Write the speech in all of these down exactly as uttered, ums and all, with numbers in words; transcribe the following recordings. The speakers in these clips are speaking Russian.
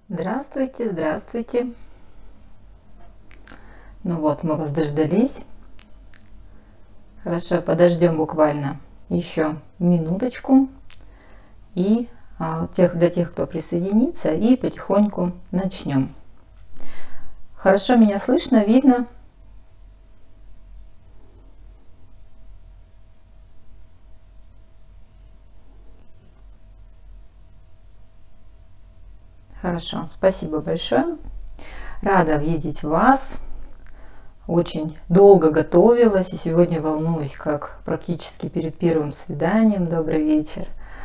Здравствуйте, здравствуйте. Ну вот, мы вас дождались. Хорошо, подождем буквально еще минуточку. И а, тех, для тех, кто присоединится, и потихоньку начнем. Хорошо меня слышно, видно? Хорошо, спасибо большое. Рада видеть вас. Очень долго готовилась и сегодня волнуюсь, как практически перед первым свиданием. Добрый вечер.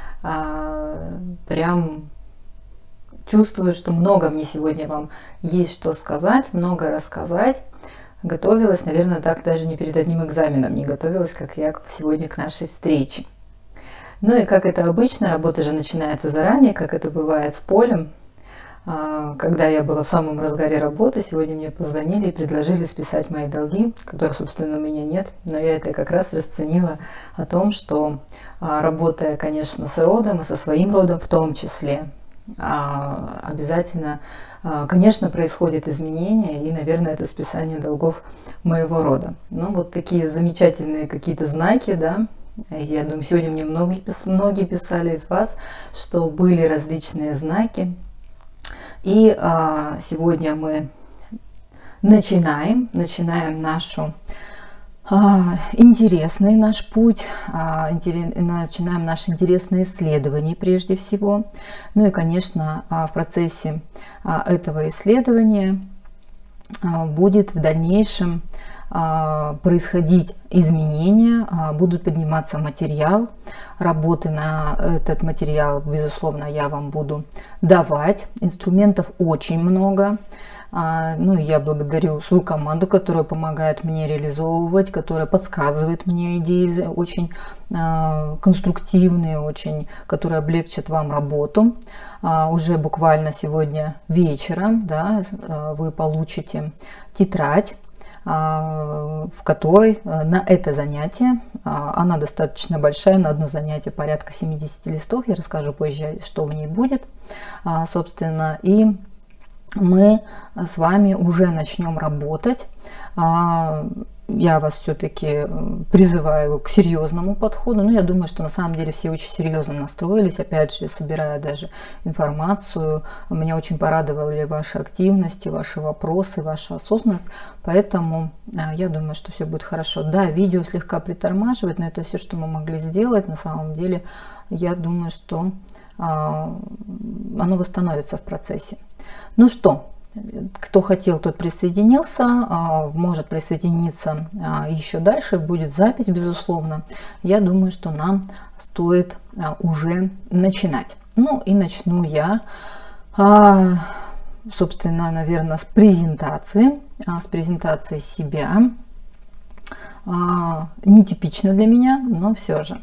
А, прям чувствую, что много мне сегодня вам есть что сказать, много рассказать. Готовилась, наверное, так даже не перед одним экзаменом не готовилась, как я сегодня к нашей встрече. Ну и как это обычно, работа же начинается заранее, как это бывает с полем. Когда я была в самом разгаре работы, сегодня мне позвонили и предложили списать мои долги, которых, собственно, у меня нет. Но я это как раз расценила о том, что работая, конечно, с родом и со своим родом в том числе, обязательно, конечно, происходят изменения, и, наверное, это списание долгов моего рода. Ну, вот такие замечательные какие-то знаки, да. Я думаю, сегодня мне многие, многие писали из вас, что были различные знаки. И а, сегодня мы начинаем, начинаем нашу а, интересный наш путь, а, интерес, начинаем наше интересное исследование прежде всего. Ну и, конечно, а, в процессе а, этого исследования а, будет в дальнейшем происходить изменения, будут подниматься материал, работы на этот материал, безусловно, я вам буду давать. Инструментов очень много. Ну, я благодарю свою команду, которая помогает мне реализовывать, которая подсказывает мне идеи очень конструктивные, очень, которые облегчат вам работу. Уже буквально сегодня вечером, да, вы получите тетрадь, в которой на это занятие, она достаточно большая, на одно занятие порядка семидесяти листов, я расскажу позже, что в ней будет, собственно, и мы с вами уже начнем работать. Я вас все-таки призываю к серьезному подходу. Ну, я думаю, что на самом деле все очень серьезно настроились. Опять же, собирая даже информацию, меня очень порадовали ваши активности, ваши вопросы, ваша осознанность. Поэтому я думаю, что все будет хорошо. Да, видео слегка притормаживает, но это все, что мы могли сделать. На самом деле, я думаю, что оно восстановится в процессе. Ну что? Кто хотел, тот присоединился, может присоединиться еще дальше, будет запись, безусловно. Я думаю, что нам стоит уже начинать. Ну и начну я, собственно, наверное, с презентации, с презентации себя. Нетипично для меня, но все же.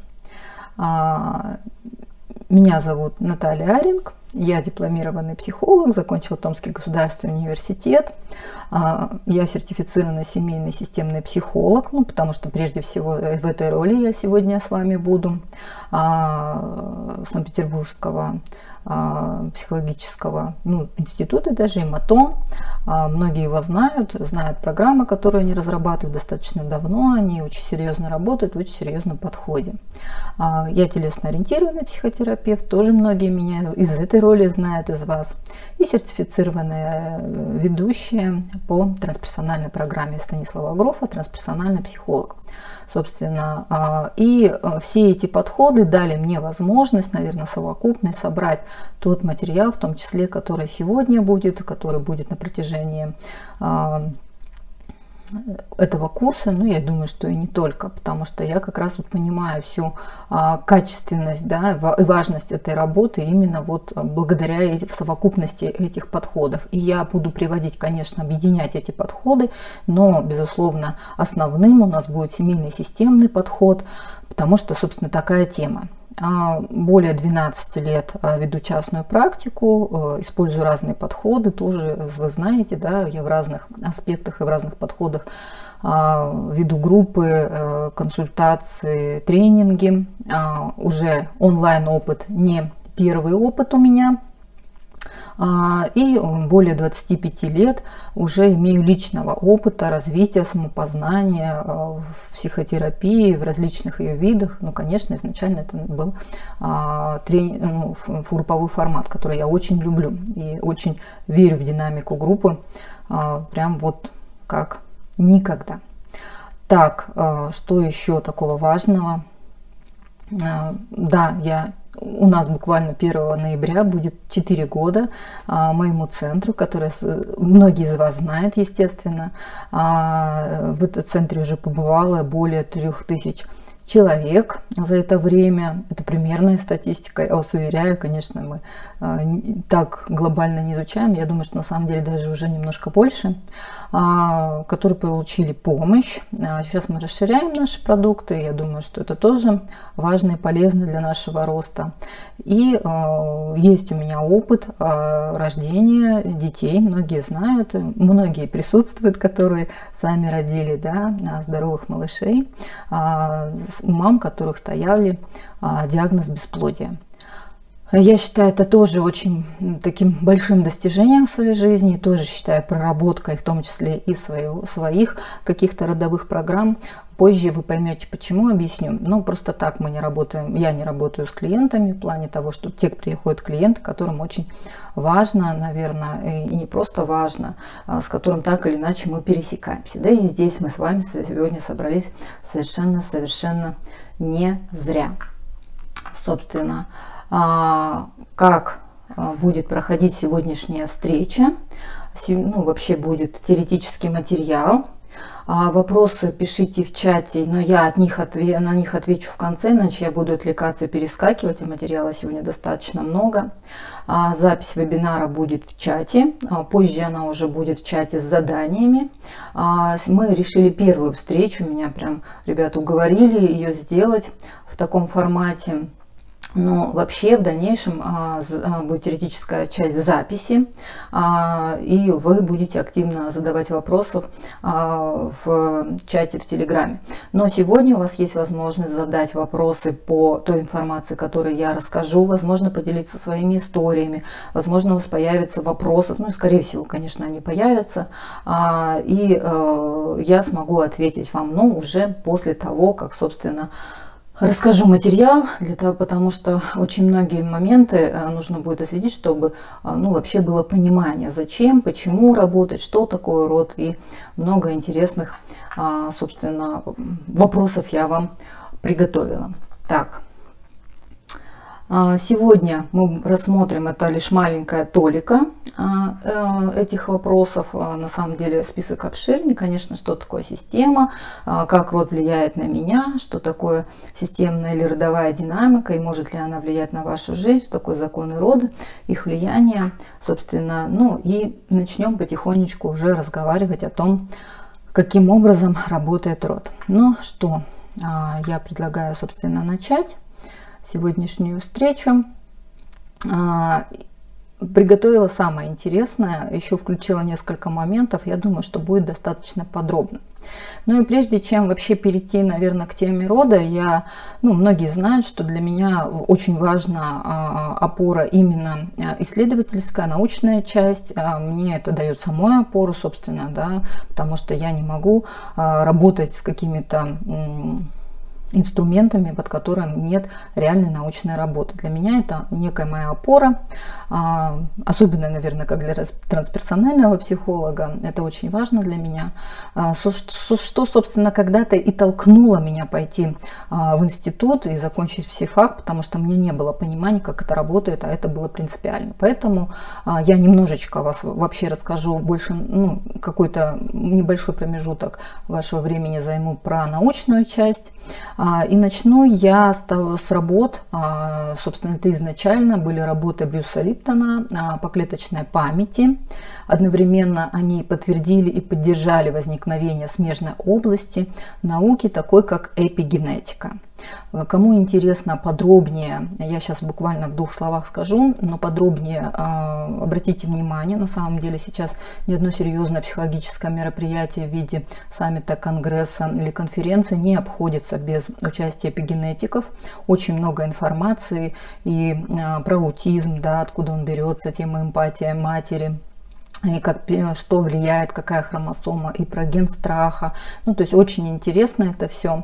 Меня зовут Наталья Аринг. Я дипломированный психолог, закончила Томский государственный университет. Я сертифицированный семейный системный психолог, ну, потому что прежде всего в этой роли я сегодня с вами буду. Санкт-Петербургского психологического, ну, института, даже ИМАТОН. Многие его знают, знают программы, которые они разрабатывают достаточно давно. Они очень серьезно работают, в очень серьезном подходе. Я телесно-ориентированный психотерапевт, тоже многие меня из этой роли знают из вас. И сертифицированная ведущая по трансперсональной программе Станислава Грофа, трансперсональный психолог. Собственно, и все эти подходы дали мне возможность, наверное, совокупно собрать тот материал, в том числе, который сегодня будет, который будет на протяжении этого курса, ну, я думаю, что и не только, потому что я как раз вот понимаю всю а, качественность, да, и важность этой работы именно вот благодаря эти, в совокупности этих подходов. И я буду приводить, конечно, объединять эти подходы, но, безусловно, основным у нас будет семейный системный подход, потому что, собственно, такая тема. Более двенадцати лет веду частную практику, использую разные подходы, тоже вы знаете, да, я в разных аспектах и в разных подходах веду группы, консультации, тренинги. Уже онлайн опыт не первый опыт у меня. И более двадцати пяти лет уже имею личного опыта развития самопознания в психотерапии, в различных ее видах. Ну, конечно, изначально это был трени... ну, групповой формат, который я очень люблю и очень верю в динамику группы, прям вот как никогда. Так, что еще такого важного? Да, я, у нас буквально первого ноября будет четыре года а, моему центру, который многие из вас знают, естественно. А, в этом центре уже побывало более трех тысяч человек за это время. Это примерная статистика. Я вас уверяю, конечно, мы а, так глобально не изучаем. Я думаю, что на самом деле даже уже немножко больше, а, которые получили помощь. А, сейчас мы расширяем наши продукты. Я думаю, что это тоже важно и полезно для нашего роста. И а, есть у меня опыт а, рождения детей. Многие знают, многие присутствуют, которые сами родили, да, здоровых малышей. А, мам, которых стояли а, диагноз бесплодия. Я считаю это тоже очень таким большим достижением в своей жизни, тоже считаю проработкой, в том числе и своего, своих каких-то родовых программ. Позже вы поймете, почему, объясню. Но просто так мы не работаем, я не работаю с клиентами в плане того, что те приходят клиенты, которым очень важно, наверное, и не просто важно, а с которым так или иначе мы пересекаемся. Да, и здесь мы с вами сегодня собрались совершенно-совершенно не зря. Собственно, как будет проходить сегодняшняя встреча. Ну, вообще будет теоретический материал. Вопросы пишите в чате, но я от них отве на них отвечу в конце, иначе я буду отвлекаться и перескакивать. И материала сегодня достаточно много. Запись вебинара будет в чате. Позже она уже будет в чате с заданиями. Мы решили первую встречу, меня прям ребята уговорили ее сделать в таком формате. Но вообще в дальнейшем а, а, будет теоретическая часть записи, а, и вы будете активно задавать вопросы а, в чате в Телеграме. Но сегодня у вас есть возможность задать вопросы по той информации, которую я расскажу, возможно, поделиться своими историями, возможно, у вас появятся вопросы, ну и скорее всего, конечно, они появятся, а, и а, я смогу ответить вам, ну, уже после того, как, собственно, расскажу материал, для того, потому что очень многие моменты нужно будет осветить, чтобы ну, вообще было понимание, зачем, почему работать, что такое род, и много интересных, собственно, вопросов я вам приготовила. Так. Сегодня мы рассмотрим, это лишь маленькая толика этих вопросов. На самом деле список обширнее, конечно, что такое система, как род влияет на меня, что такое системная или родовая динамика, и может ли она влиять на вашу жизнь, что такое законы рода, их влияние, собственно. Ну и начнем потихонечку уже разговаривать о том, каким образом работает род. Ну что, я предлагаю, собственно, начать сегодняшнюю встречу. Приготовила самое интересное, еще включила несколько моментов, я думаю, что будет достаточно подробно. Ну и прежде чем вообще перейти, наверное, к теме рода, я, ну, многие знают, что для меня очень важна опора именно исследовательская, научная часть. Мне это дает самой опору, собственно, да, потому что я не могу работать с какими-то инструментами, под которыми нет реальной научной работы. Для меня это некая моя опора, особенно, наверное, как для трансперсонального психолога. Это очень важно для меня. Что, собственно, когда-то и толкнуло меня пойти в институт и закончить психфак, потому что мне не было понимания, как это работает, а это было принципиально. Поэтому я немножечко вас вообще расскажу, больше, ну, какой-то небольшой промежуток вашего времени займу про научную часть. И начну я с работ, собственно, это изначально были работы Брюса Липтона по клеточной памяти. Одновременно они подтвердили и поддержали возникновение смежной области науки, такой как эпигенетика. Кому интересно подробнее, я сейчас буквально в двух словах скажу, но подробнее обратите внимание, на самом деле сейчас ни одно серьезное психологическое мероприятие в виде саммита, конгресса или конференции не обходится без участия эпигенетиков. Очень много информации и про аутизм, да, откуда он берется, тема эмпатия матери, и как, что влияет, какая хромосома, и про ген страха. Ну, то есть очень интересно это все.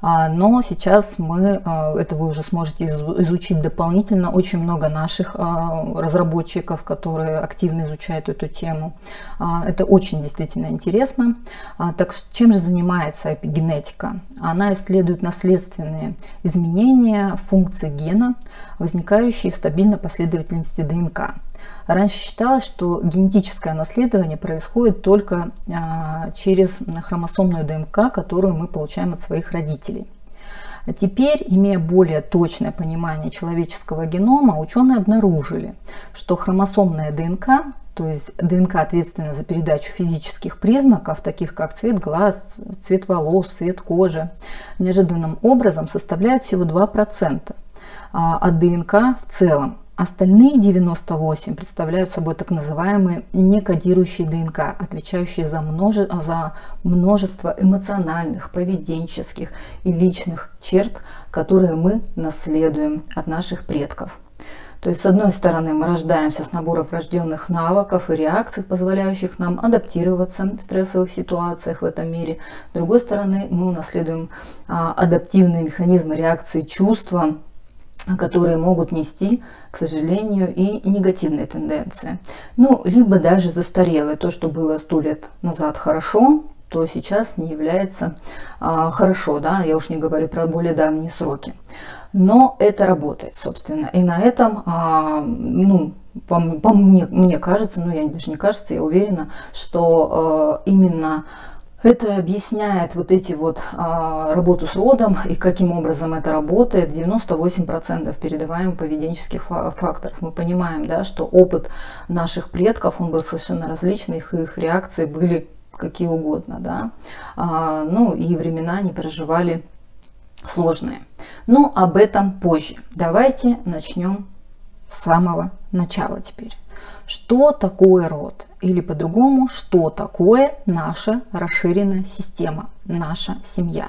Но сейчас мы, это вы уже сможете изучить дополнительно. Очень много наших разработчиков, которые активно изучают эту тему. Это очень действительно интересно. Так чем же занимается эпигенетика? Она исследует наследственные изменения функций гена, возникающие в стабильной последовательности ДНК. Раньше считалось, что генетическое наследование происходит только а, через хромосомную ДНК, которую мы получаем от своих родителей. А теперь, имея более точное понимание человеческого генома, ученые обнаружили, что хромосомная ДНК, то есть ДНК, ответственная за передачу физических признаков, таких как цвет глаз, цвет волос, цвет кожи, неожиданным образом составляет всего два процента от ДНК в целом. Остальные девяносто восемь процентов представляют собой так называемые некодирующие ДНК, отвечающие за, множе, за множество эмоциональных, поведенческих и личных черт, которые мы наследуем от наших предков. То есть, с одной стороны, мы рождаемся с набором врожденных навыков и реакций, позволяющих нам адаптироваться в стрессовых ситуациях в этом мире. С другой стороны, мы унаследуем а, адаптивные механизмы реакции чувства, которые могут нести, к сожалению, и негативные тенденции. Ну, либо даже застарелые. То, что было сто лет назад хорошо, то сейчас не является а, хорошо, да, я уж не говорю про более давние сроки. Но это работает, собственно, и на этом, а, ну, по, по мне, мне кажется, ну, я даже не кажется, я уверена, что а, именно это объясняет вот эти вот а, работу с родом и каким образом это работает. девяносто восемь процентов передаваемых поведенческих факторов. Мы понимаем, да, что опыт наших предков, он был совершенно различный, их, их реакции были какие угодно, да. А, ну и времена они проживали сложные. Но об этом позже. Давайте начнем с самого начала теперь. Что такое род? Или по-другому, что такое наша расширенная система, наша семья?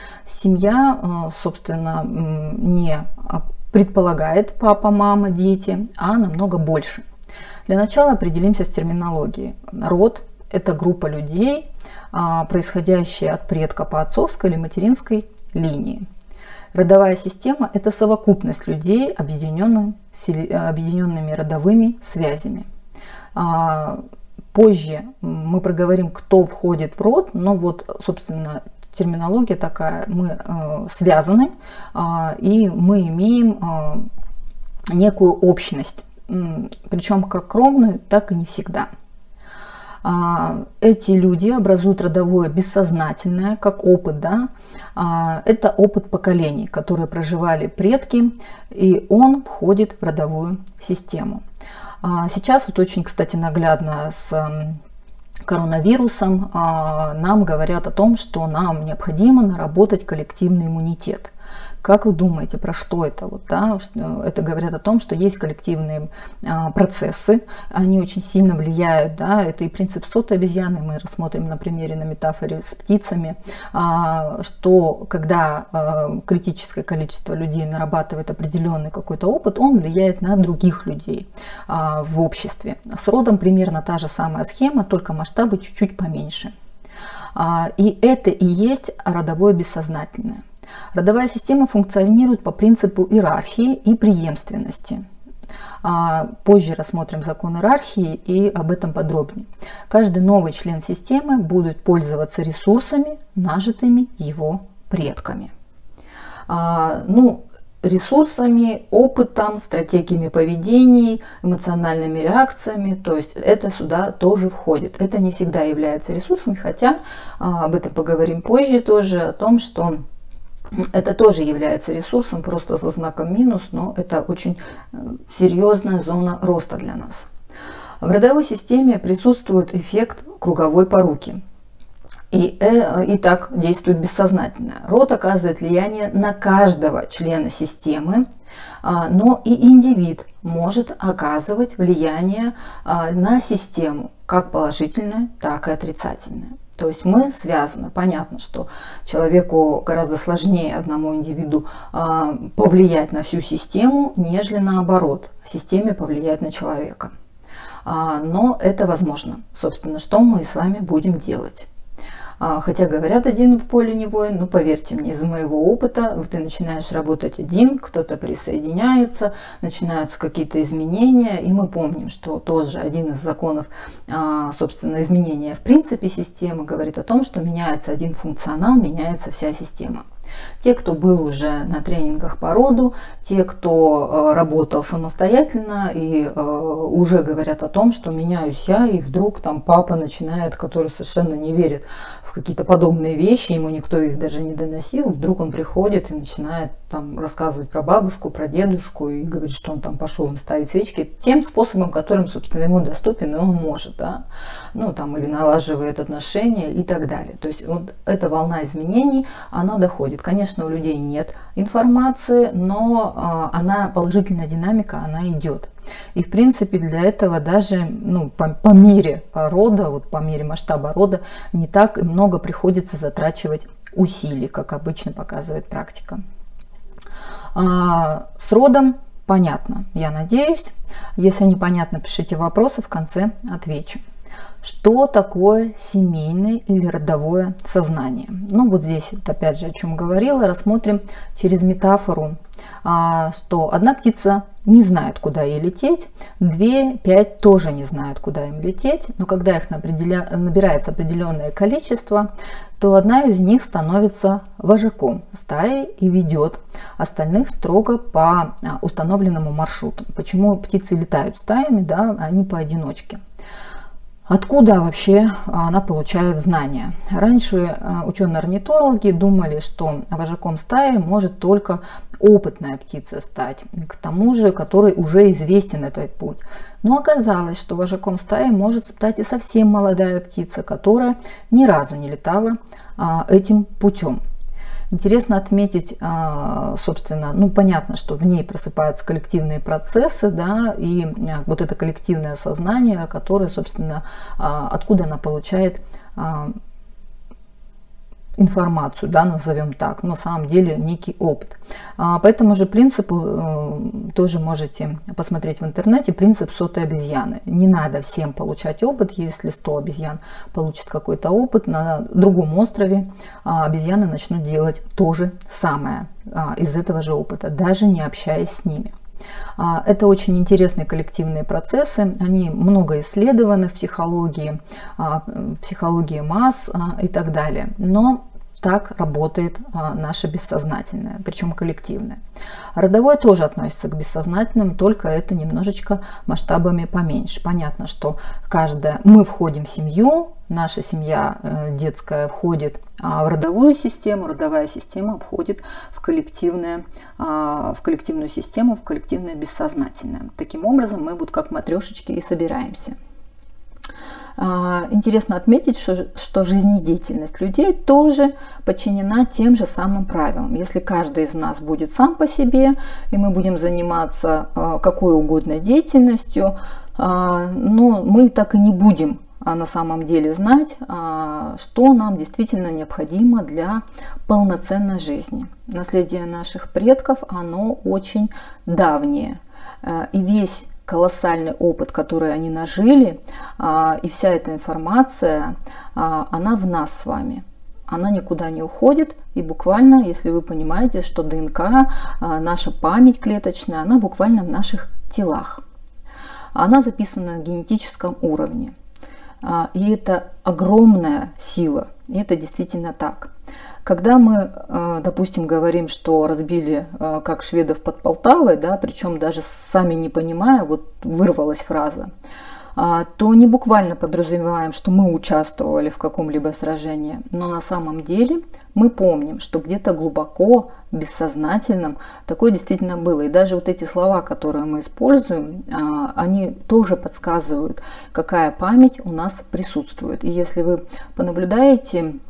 Семья, собственно, не предполагает папа, мама, дети, а намного больше. Для начала определимся с терминологией. Род – это группа людей, происходящая от предка по отцовской или материнской линии. Родовая система – это совокупность людей, объединенных, объединенными родовыми связями. Позже мы проговорим, кто входит в род, но вот, собственно, терминология такая, мы связаны, и мы имеем некую общность, причем как кровную, так и не всегда. Эти люди образуют родовое бессознательное, как опыт, да? Это опыт поколений, которые проживали предки, и он входит в родовую систему. Сейчас вот очень, кстати, наглядно с коронавирусом нам говорят о том, что нам необходимо наработать коллективный иммунитет. Как вы думаете, про что это? Вот, да? Это говорят о том, что есть коллективные а, процессы, они очень сильно влияют. Да? Это и принцип сотой обезьяны, мы рассмотрим на примере, на метафоре с птицами, а, что когда а, критическое количество людей нарабатывает определенный какой-то опыт, он влияет на других людей а, в обществе. С родом примерно та же самая схема, только масштабы чуть-чуть поменьше. А, и это и есть родовое бессознательное. Родовая система функционирует по принципу иерархии и преемственности. Позже рассмотрим закон иерархии и об этом подробнее. Каждый новый член системы будет пользоваться ресурсами, нажитыми его предками. Ну, ресурсами, опытом, стратегиями поведений, эмоциональными реакциями, то есть это сюда тоже входит. Это не всегда является ресурсом, хотя об этом поговорим позже тоже, о том, что это тоже является ресурсом, просто со знаком минус, но это очень серьезная зона роста для нас. В родовой системе присутствует эффект круговой поруки. И, э, и так действует бессознательное. Род оказывает влияние на каждого члена системы, а, но и индивид может оказывать влияние а, на систему, как положительное, так и отрицательное. То есть мы связаны. Понятно, что человеку гораздо сложнее, одному индивиду, а, повлиять на всю систему, нежели наоборот, системе повлиять на человека. А, но это возможно. Собственно, что мы с вами будем делать? Хотя говорят, один в поле не воин, но поверьте мне, из моего опыта, ты начинаешь работать один, кто-то присоединяется, начинаются какие-то изменения, и мы помним, что тоже один из законов, собственно, изменения в принципе системы говорит о том, что меняется один функционал, меняется вся система. Те, кто был уже на тренингах по роду, те, кто работал самостоятельно и уже говорят о том, что меняюсь я, и вдруг там папа начинает, который совершенно не верит в какие-то подобные вещи, ему никто их даже не доносил, вдруг он приходит и начинает там рассказывать про бабушку, про дедушку и говорит, что он там пошел им ставить свечки тем способом, которым, собственно, ему доступен, и он может, да, ну там или налаживает отношения и так далее. То есть вот эта волна изменений, она доходит. Конечно, у людей нет информации, но а, она, положительная динамика, она идет. И в принципе для этого даже ну, по, по мере рода, вот по мере масштаба рода, не так много приходится затрачивать усилий, как обычно показывает практика. А, с родом понятно, я надеюсь. Если непонятно, пишите вопросы, в конце отвечу. Что такое семейное или родовое сознание? Ну вот здесь вот опять же о чем говорила, рассмотрим через метафору, что одна птица не знает, куда ей лететь, две, пять тоже не знают, куда им лететь, но когда их набирается определенное количество, то одна из них становится вожаком стаи и ведет остальных строго по установленному маршруту. Почему птицы летают стаями, да, а не поодиночке? Откуда вообще она получает знания? Раньше ученые-орнитологи думали, что вожаком стаи может только опытная птица стать, к тому же, которой уже известен этот путь. Но оказалось, что вожаком стаи может стать и совсем молодая птица, которая ни разу не летала этим путем. Интересно отметить, собственно, ну понятно, что в ней просыпаются коллективные процессы, да, и вот это коллективное сознание, которое, собственно, откуда она получает информацию, да, назовем так, на самом деле некий опыт. По этому же принципу тоже можете посмотреть в интернете принцип сотой обезьяны. Не надо всем получать опыт, если сто обезьян получат какой-то опыт, на другом острове обезьяны начнут делать то же самое из этого же опыта, даже не общаясь с ними. Это очень интересные коллективные процессы, они много исследованы в психологии, в психологии масс и так далее. Но так работает наше бессознательное, причем коллективное. Родовое тоже относится к бессознательному, только это немножечко масштабами поменьше. Понятно, что каждая, мы входим в семью, наша семья детская входит в родовую систему, родовая система входит в, коллективное, в коллективную систему, в коллективное бессознательное. Таким образом мы вот как матрешечки и собираемся. Интересно отметить, что, что жизнедеятельность людей тоже подчинена тем же самым правилам. Если каждый из нас будет сам по себе, и мы будем заниматься какой угодно деятельностью, но мы так и не будем на самом деле знать, что нам действительно необходимо для полноценной жизни. Наследие наших предков, оно очень давнее. И весь колоссальный опыт, который они нажили, и вся эта информация, она в нас с вами. Она никуда не уходит, и буквально, если вы понимаете, что ДНК, наша память клеточная, она буквально в наших телах. Она записана на генетическом уровне. И это огромная сила, и это действительно так. Когда мы, допустим, говорим, что разбили как шведов под Полтавой, да, причем даже сами не понимая, вот вырвалась фраза, то не буквально подразумеваем, что мы участвовали в каком-либо сражении, но на самом деле мы помним, что где-то глубоко, бессознательном такое действительно было. И даже вот эти слова, которые мы используем, они тоже подсказывают, какая память у нас присутствует. И если вы понаблюдаете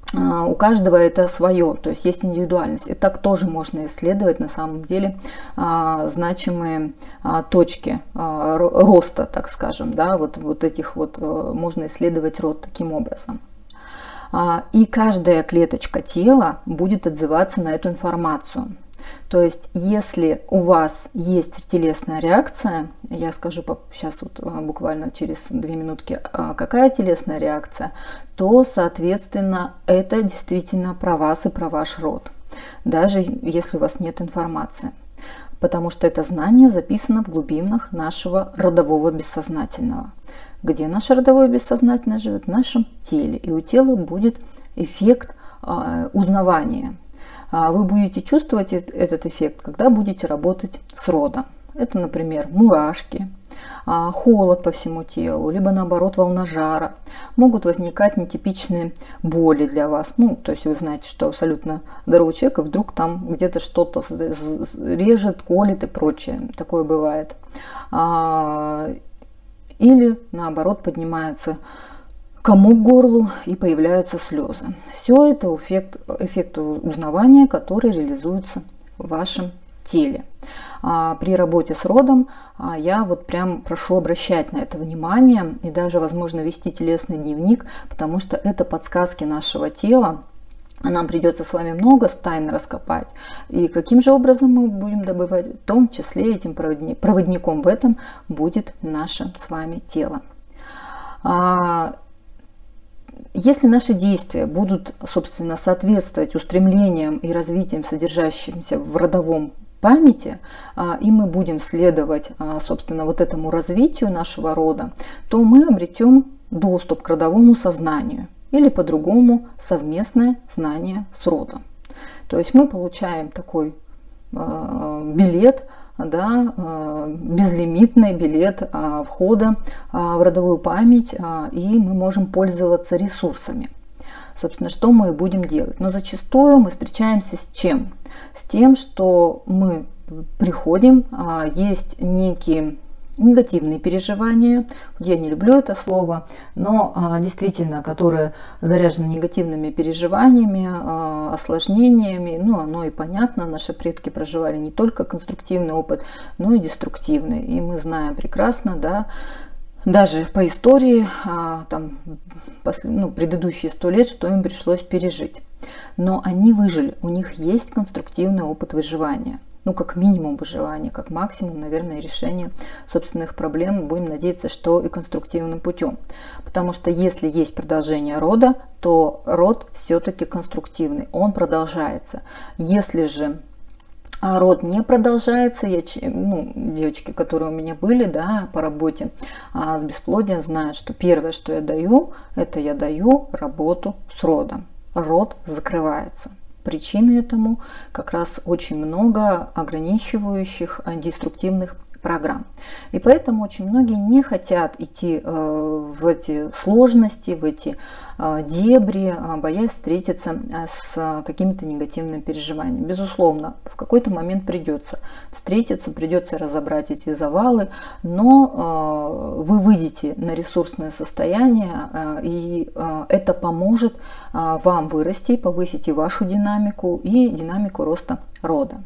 у каждого это свое, то есть есть индивидуальность. И так тоже можно исследовать на самом деле значимые точки роста, так скажем, да, вот, вот этих вот можно исследовать род таким образом. И каждая клеточка тела будет отзываться на эту информацию. То есть, если у вас есть телесная реакция, я скажу сейчас вот буквально через две минутки, какая телесная реакция, то, соответственно, это действительно про вас и про ваш род, даже если у вас нет информации. Потому что это знание записано в глубинах нашего родового бессознательного. Где наше родовое бессознательное живет? В нашем теле. И у тела будет эффект э, узнавания. Вы будете чувствовать этот эффект, когда будете работать с родом. Это, например, мурашки, холод по всему телу, либо наоборот волна жара. Могут возникать нетипичные боли для вас. Ну, то есть вы знаете, что абсолютно здоровый человек, и вдруг там где-то что-то режет, колет и прочее. Такое бывает. Или наоборот поднимается комок к горлу и появляются слезы. Все это эффект, эффект узнавания, который реализуется в вашем теле. А при работе с родом а, я вот прям прошу обращать на это внимание и даже, возможно, вести телесный дневник, потому что это подсказки нашего тела. А нам придется с вами много тайн раскопать. И каким же образом мы будем добывать? В том числе этим проводником в этом будет наше с вами тело. А, Если наши действия будут, собственно, соответствовать устремлениям и развитиям, содержащимся в родовом памяти, и мы будем следовать, собственно, вот этому развитию нашего рода, то мы обретем доступ к родовому сознанию или по-другому совместное знание с родом. То есть мы получаем такой билет, да, безлимитный билет входа в родовую память, и мы можем пользоваться ресурсами. Собственно, что мы будем делать? Но зачастую мы встречаемся с чем? С тем, что мы приходим, есть некие негативные переживания, я не люблю это слово, но а, действительно, которые заряжены негативными переживаниями, а, осложнениями, ну оно и понятно, наши предки проживали не только конструктивный опыт, но и деструктивный, и мы знаем прекрасно, да, даже по истории, а, там, после, ну, предыдущие сто лет, что им пришлось пережить, но они выжили, у них есть конструктивный опыт выживания. Ну, как минимум выживания, как максимум, наверное, решение собственных проблем. Будем надеяться, что и конструктивным путем. Потому что если есть продолжение рода, то род все-таки конструктивный, он продолжается. Если же род не продолжается, я, ну, девочки, которые у меня были, да, по работе а, с бесплодием, знают, что первое, что я даю, это я даю работу с родом. Род закрывается. Причины этому как раз очень много ограничивающих, деструктивных программ. И поэтому очень многие не хотят идти в эти сложности, в эти дебри, боясь встретиться с какими-то негативными переживаниями. Безусловно, в какой-то момент придется встретиться, придется разобрать эти завалы, но вы выйдете на ресурсное состояние, и это поможет вам вырасти, повысить и вашу динамику, и динамику роста рода.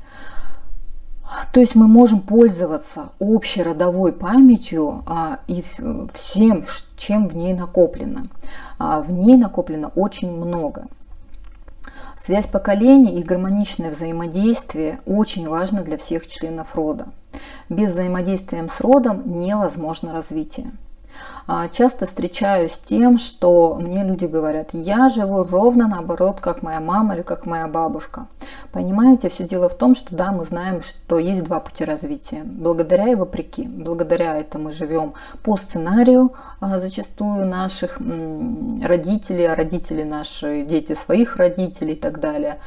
То есть мы можем пользоваться общей родовой памятью а, и всем, чем в ней накоплено. А, в ней накоплено очень много. Связь поколений и гармоничное взаимодействие очень важно для всех членов рода. Без взаимодействия с родом невозможно развитие. Часто встречаюсь с тем, что мне люди говорят: я живу ровно наоборот, как моя мама или как моя бабушка. Понимаете, все дело в том, что да, мы знаем, что есть два пути развития. Благодаря и вопреки. Благодаря это мы живем по сценарию зачастую наших родителей, а родители наши, дети своих родителей и так далее.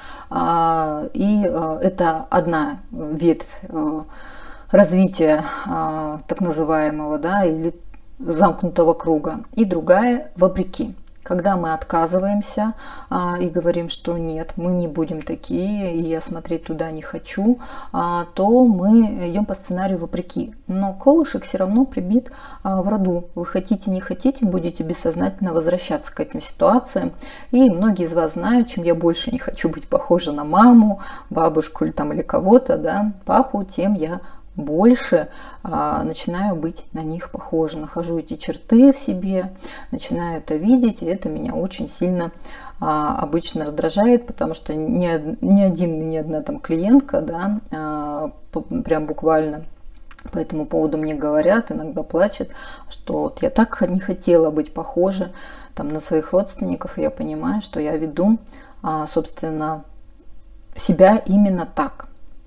И это одна ветвь развития так называемого, да, или замкнутого круга, и другая вопреки. Когда мы отказываемся а, и говорим, что нет, мы не будем такие, и я смотреть туда не хочу, а, то мы идем по сценарию вопреки. Но колышек все равно прибит а, в роду. Вы хотите, не хотите, будете бессознательно возвращаться к этим ситуациям. И многие из вас знают, чем я больше не хочу быть похожа на маму, бабушку или, там, или кого-то, да, папу, тем я больше а, начинаю быть на них похожа, нахожу эти черты в себе, начинаю это видеть, и это меня очень сильно а, обычно раздражает, потому что ни, ни один, ни одна там клиентка, да, а, прям буквально по этому поводу мне говорят, иногда плачут, что вот я так не хотела быть похожа там на своих родственников, и я понимаю, что я веду, а, собственно, себя именно так.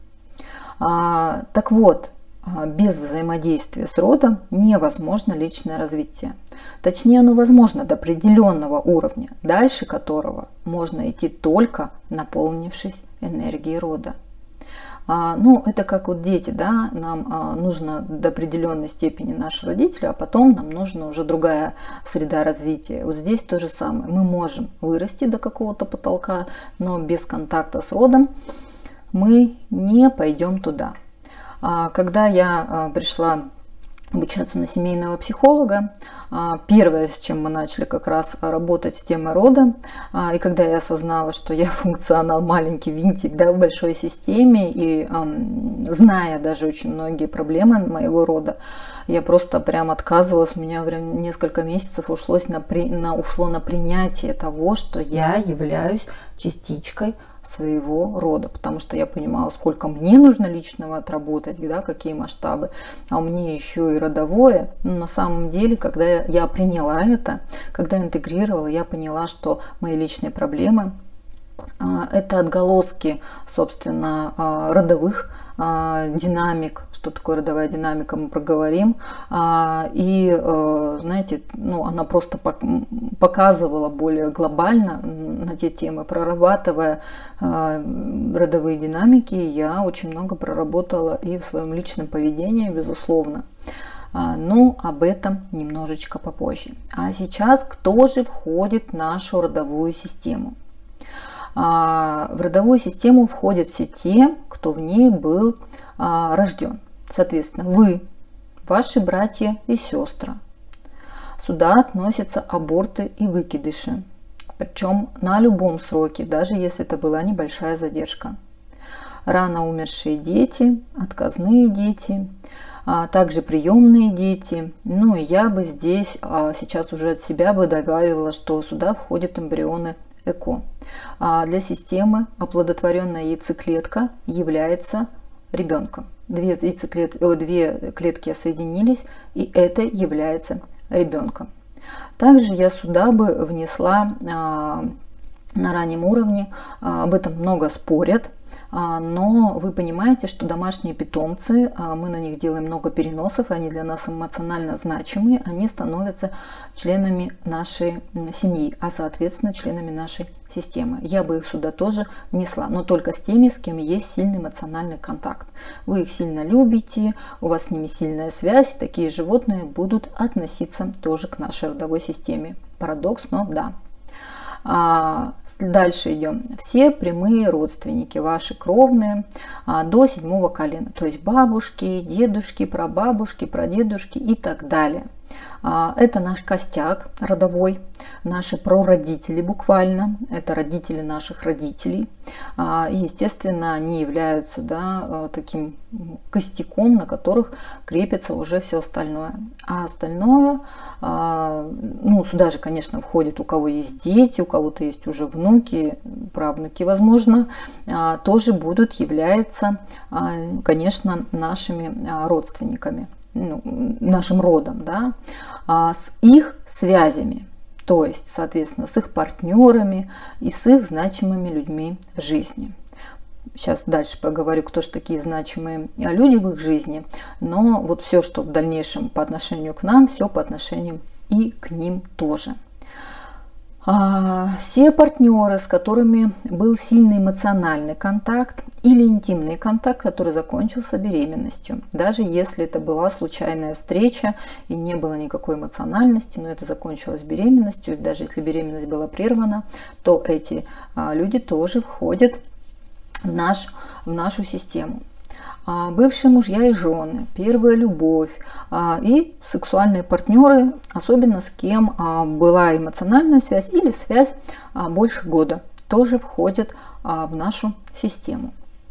А, так вот, без взаимодействия с родом невозможно личное развитие. Точнее, оно возможно до определенного уровня, дальше которого можно идти только наполнившись энергией рода. А, ну, это как вот дети, да, нам а, нужно до определенной степени наши родители, а потом нам нужна уже другая среда развития. Вот здесь то же самое. Мы можем вырасти до какого-то потолка, но без контакта с родом мы не пойдем туда. Когда я пришла обучаться на семейного психолога, первое, с чем мы начали как раз работать с темой рода, и когда я осознала, что я функционал, маленький винтик, да, в большой системе, и зная даже очень многие проблемы моего рода, я просто прям отказывалась, у меня прям несколько месяцев ушлось на, на, ушло на принятие того, что я являюсь частичкой своего рода, потому что я понимала, сколько мне нужно личного отработать, да, какие масштабы, а мне еще и родовое. Но на самом деле, когда я приняла это, когда интегрировала, я поняла, что мои личные проблемы – это отголоски, собственно, родовых динамик. Что такое родовая динамика, мы проговорим. И, знаете, ну, она просто показывала более глобально на те темы, прорабатывая родовые динамики. Я очень много проработала и в своем личном поведении, безусловно. Но об этом немножечко попозже. А сейчас кто же входит в нашу родовую систему? В родовую систему входят все те, кто в ней был рожден. Соответственно, вы, ваши братья и сестры. Сюда относятся аборты и выкидыши. Причем на любом сроке, даже если это была небольшая задержка. Рано умершие дети, отказные дети, а также приемные дети. Ну и я бы здесь а, сейчас уже от себя бы добавила, что сюда входят эмбрионы ЭКО. А для системы оплодотворенная яйцеклетка является ребенком. Две, яйцеклет... Две клетки соединились, и это является ребенком. Также я сюда бы внесла а, на раннем уровне, а, об этом много спорят, а, но вы понимаете, что домашние питомцы, а, мы на них делаем много переносов, они для нас эмоционально значимые, они становятся членами нашей семьи, а соответственно членами нашей системы. Я бы их сюда тоже внесла, но только с теми, с кем есть сильный эмоциональный контакт. Вы их сильно любите, у вас с ними сильная связь, такие животные будут относиться тоже к нашей родовой системе. Парадокс, но да. А, дальше идем. Все прямые родственники, ваши кровные, а, до седьмого колена, то есть бабушки, дедушки, прабабушки, прадедушки и так далее. А, это наш костяк родовой, наши прародители буквально, это родители наших родителей. А, и, естественно, они являются, да, таким костяком, на которых крепится уже все остальное. А остальное, а, ну, сюда же, конечно, входит, у кого есть дети, у кого-то есть уже внуки, правнуки, возможно, а, тоже будут являться, а, конечно, нашими а, родственниками. Ну, нашим родом, да, а с их связями, то есть, соответственно, с их партнерами и с их значимыми людьми в жизни. Сейчас дальше проговорю, кто же такие значимые люди в их жизни, но вот все, что в дальнейшем по отношению к нам, все по отношению и к ним тоже. Все партнеры, с которыми был сильный эмоциональный контакт или интимный контакт, который закончился беременностью, даже если это была случайная встреча и не было никакой эмоциональности, но это закончилось беременностью, даже если беременность была прервана, то эти люди тоже входят в, наш, в нашу систему. Бывшие мужья и жены, первая любовь и сексуальные партнеры, особенно с кем была эмоциональная связь или связь больше года, тоже входят в нашу систему.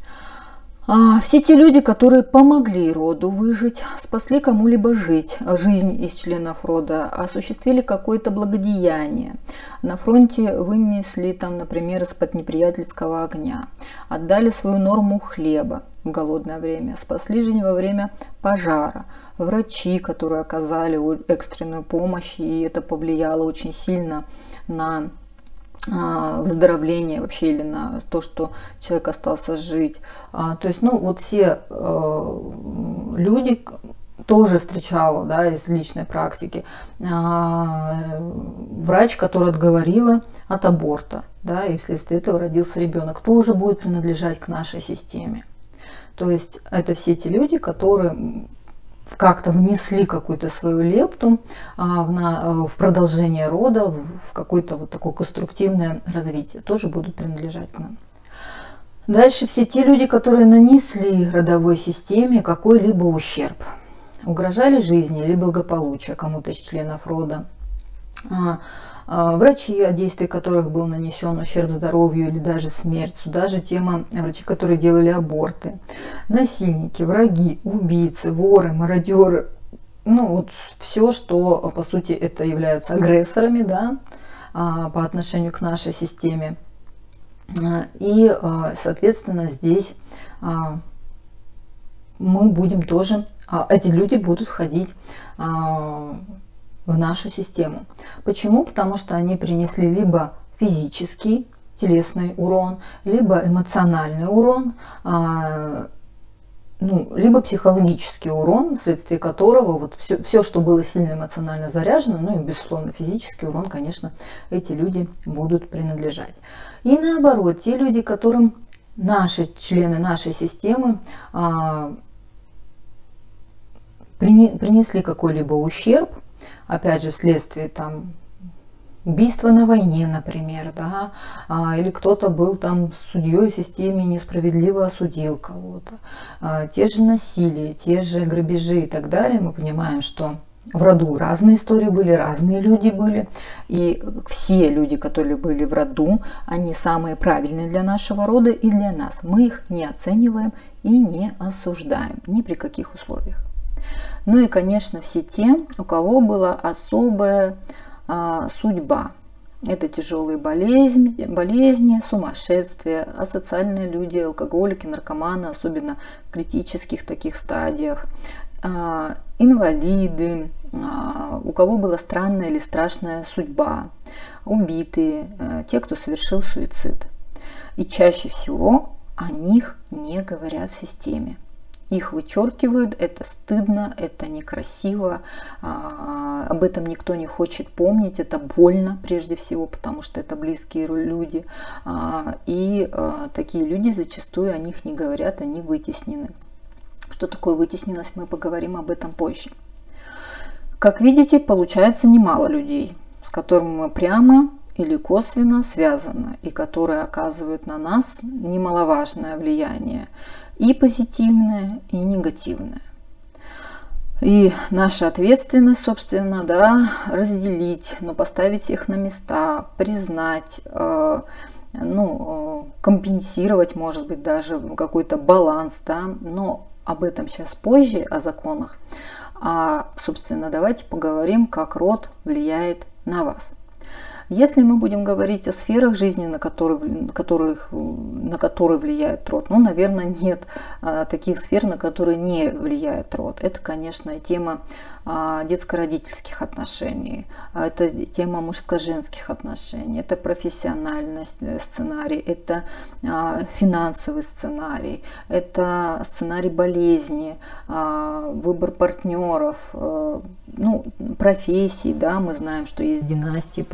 Все те люди, которые помогли роду выжить, спасли кому-либо жить, жизнь из членов рода, осуществили какое-то благодеяние, на фронте вынесли, там, например, из-под неприятельского огня, отдали свою норму хлеба в голодное время, спасли жизнь во время пожара, врачи, которые оказали экстренную помощь, и это повлияло очень сильно на выздоровление вообще или на то, что человек остался жить. То есть, ну, вот все э, люди тоже встречала, да, из личной практики. А, врач, который отговорила от аборта, да, и вследствие этого родился ребенок, тоже будет принадлежать к нашей системе. То есть это все те люди, которые как-то внесли какую-то свою лепту а, в, на, в продолжение рода, в какое-то вот такое конструктивное развитие, тоже будут принадлежать к нам. Дальше все те люди, которые нанесли родовой системе какой-либо ущерб, угрожали жизни или благополучию кому-то из членов рода, а, а, врачи, от действий которых был нанесен ущерб здоровью или даже смерть, сюда же тема врачи, которые делали аборты, насильники, враги, убийцы, воры, мародеры, ну вот все, что по сути это являются агрессорами, да, а, по отношению к нашей системе. И, соответственно, здесь мы будем тоже, эти люди будут входить в нашу систему. Почему? Потому что они принесли либо физический, телесный урон, либо эмоциональный урон, ну, либо психологический урон, вследствие которого вот все, все, что было сильно эмоционально заряжено, ну и, безусловно, физический урон, конечно, эти люди будут принадлежать. И наоборот, те люди, которым наши члены нашей системы а, принесли какой-либо ущерб, опять же, вследствие там убийство на войне, например, да, а, или кто-то был там судьей в системе, несправедливо осудил кого-то, а, те же насилия, те же грабежи и так далее, мы понимаем, что в роду разные истории были, разные люди были, и все люди, которые были в роду, они самые правильные для нашего рода и для нас. Мы их не оцениваем и не осуждаем ни при каких условиях. Ну и, конечно, все те, у кого была особая а, судьба. Это тяжелые болезни, болезни, сумасшествие, асоциальные люди, алкоголики, наркоманы, особенно в критических таких стадиях, а, инвалиды, а, у кого была странная или страшная судьба, убитые, а, те, кто совершил суицид. И чаще всего о них не говорят в системе. Их вычеркивают, это стыдно, это некрасиво, а, об этом никто не хочет помнить, это больно прежде всего, потому что это близкие люди. А, и а, такие люди зачастую о них не говорят, они вытеснены. Что такое вытесненность, мы поговорим об этом позже. Как видите, получается немало людей, с которыми мы прямо или косвенно связаны, и которые оказывают на нас немаловажное влияние. И позитивное, и негативное. И наша ответственность, собственно, да, разделить, но поставить их на места, признать, э, ну, компенсировать, может быть, даже какой-то баланс, да, но об этом сейчас позже, о законах. А, собственно, давайте поговорим, как род влияет на вас. Если мы будем говорить о сферах жизни, на которых, которых, на которые влияет род, ну, наверное, нет а, таких сфер, на которые не влияет род. Это, конечно, тема а, детско-родительских отношений, а, это тема мужско-женских отношений, это профессиональный сценарий, это а, финансовый сценарий, это сценарий болезни, а, выбор партнеров, а, ну, профессий, да, мы знаем, что есть династии и прочее.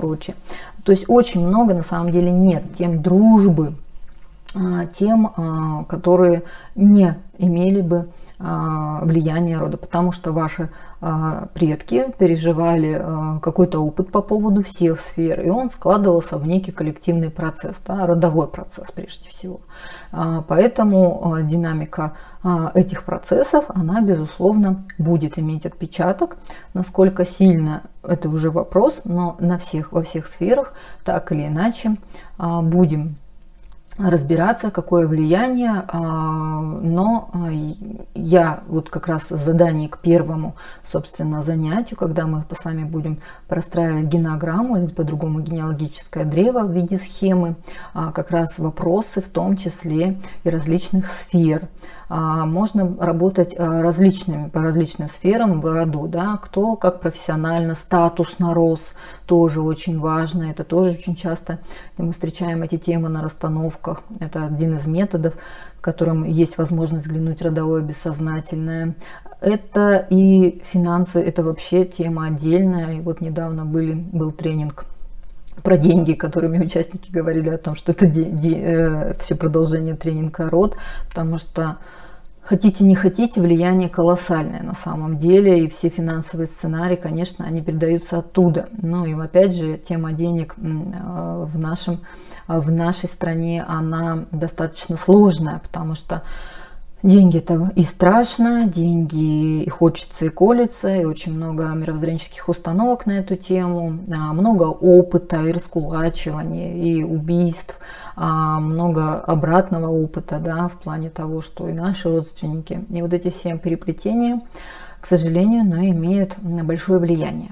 То есть очень много на самом деле нет тем дружбы, тем, которые не имели бы влияние рода, потому что ваши предки переживали какой-то опыт по поводу всех сфер, и он складывался в некий коллективный процесс, да, родовой процесс прежде всего. Поэтому динамика этих процессов, она, безусловно, будет иметь отпечаток. Насколько сильно, это уже вопрос, но на всех, во всех сферах так или иначе будем разбираться, какое влияние, но я вот как раз в задании к первому, собственно, занятию, когда мы с вами будем простраивать генограмму, или по-другому генеалогическое древо в виде схемы, как раз вопросы в том числе и различных сфер. Можно работать различными, по различным сферам в роду, да, кто как профессионально, статусно рос, тоже очень важно, это тоже очень часто мы встречаем эти темы на расстановках. Это один из методов, в котором есть возможность взглянуть родовое бессознательное. Это и финансы, это вообще тема отдельная. И вот недавно были, был тренинг про деньги, которыми участники говорили о том, что это де, де, э, все продолжение тренинга род, потому что хотите не хотите, влияние колоссальное на самом деле, и все финансовые сценарии, конечно, они передаются оттуда. Ну и опять же, тема денег в, нашем, в нашей стране, она достаточно сложная, потому что деньги-то и страшно, деньги и хочется, и колется, и очень много мировоззренческих установок на эту тему, много опыта и раскулачивания, и убийств, много обратного опыта, да, в плане того, что и наши родственники, и вот эти все переплетения, к сожалению, но имеют большое влияние.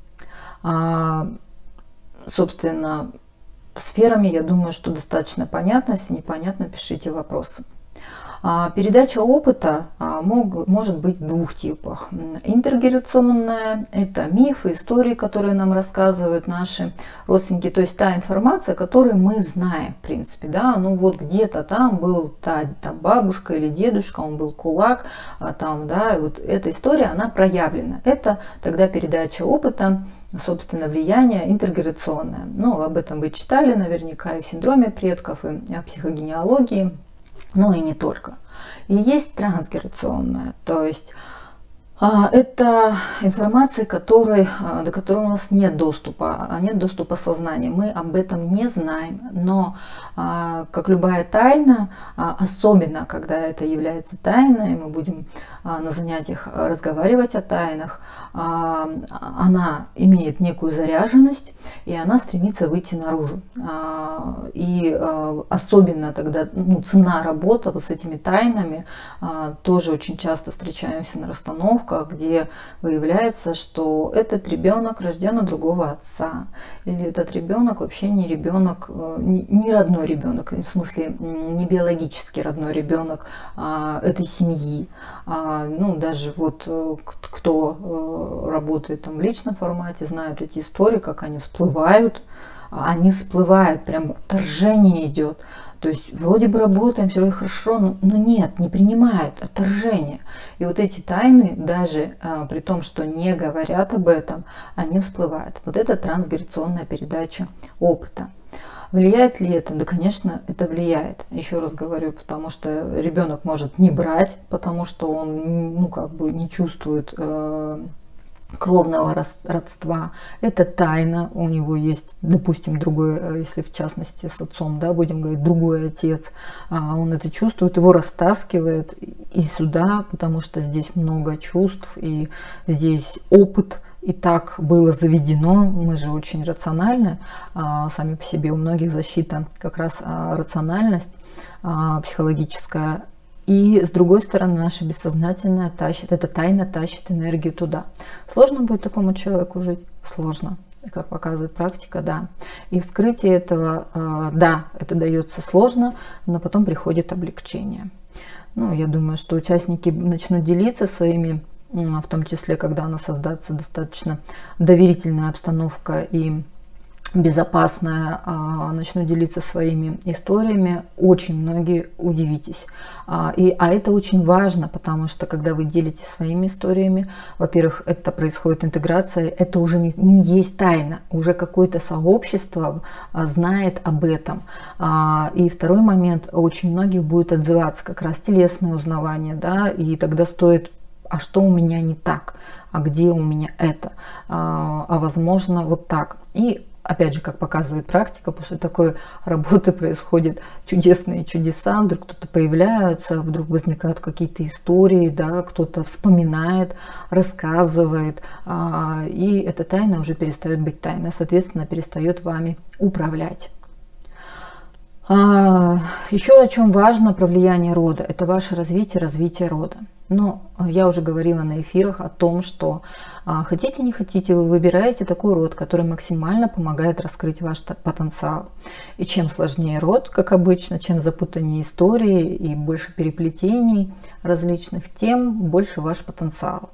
Собственно, сферами, я думаю, что достаточно понятно. Если непонятно, пишите вопросы. Передача опыта мог, может быть в двух типах. Интергенерационная – это мифы, истории, которые нам рассказывают наши родственники, то есть та информация, которую мы знаем, в принципе, да, ну вот где-то там был та, там бабушка или дедушка, он был кулак, там, да, вот эта история, она проявлена. Это тогда передача опыта, собственно, влияние интергенерационное. Ну, об этом вы читали наверняка и в синдроме предков, и о психогенеалогии. Ну и не только. И есть трансгенерационная, то есть а, это информация, которой, а, до которой у нас нет доступа, а нет доступа сознания. Мы об этом не знаем, но а, как любая тайна, а, особенно когда это является тайной, мы будем а, на занятиях разговаривать о тайнах, а, она имеет некую заряженность, и она стремится выйти наружу. А, и а, особенно тогда, ну, цена работы вот с этими тайнами, а, тоже очень часто встречаемся на расстановках, где выявляется, что этот ребенок рожден от другого отца, или этот ребенок вообще не ребенок, не родной ребенок, в смысле не биологически родной ребенок а, этой семьи. А, ну, даже вот кто работает там в личном формате, знают эти истории, как они всплывают, они всплывают, прям отторжение идет. То есть вроде бы работаем, все хорошо, но, но нет, не принимают отторжение. И вот эти тайны, даже а, при том, что не говорят об этом, они всплывают. Вот это трансгенерационная передача опыта. Влияет ли это? Да, конечно, это влияет. Еще раз говорю, потому что ребенок может не брать, потому что он, ну, как бы не чувствует э, кровного родства. Это тайна. У него есть, допустим, другой, если в частности с отцом, да, будем говорить, другой отец. А он это чувствует, его растаскивает и сюда, потому что здесь много чувств, и здесь опыт. И так было заведено, мы же очень рациональны, а, сами по себе, у многих защита как раз а, рациональность а, психологическая. И с другой стороны, наше бессознательное тащит, эта тайна тащит энергию туда. Сложно будет такому человеку жить? Сложно, как показывает практика, да. И вскрытие этого, а, да, это дается сложно, но потом приходит облегчение. Ну, я думаю, что участники начнут делиться своими, в том числе, когда она создастся достаточно доверительная обстановка и безопасная, начну делиться своими историями, очень многие удивитесь. И, а это очень важно, потому что когда вы делитесь своими историями, во-первых, это происходит интеграция, это уже не, не есть тайна, уже какое-то сообщество знает об этом. И второй момент, очень многих будет отзываться как раз телесное узнавание, да, и тогда стоит: а что у меня не так, а где у меня это, а, а возможно вот так. И опять же, как показывает практика, после такой работы происходят чудесные чудеса, вдруг кто-то появляется, вдруг возникают какие-то истории, да, кто-то вспоминает, рассказывает, а, и эта тайна уже перестает быть тайной, соответственно, перестает вами управлять. А, еще о чем важно про влияние рода, это ваше развитие, развитие рода. Но я уже говорила на эфирах о том, что а, хотите не хотите, вы выбираете такой род, который максимально помогает раскрыть ваш потенциал. И чем сложнее род, как обычно, чем запутаннее истории и больше переплетений различных, тем больше ваш потенциал.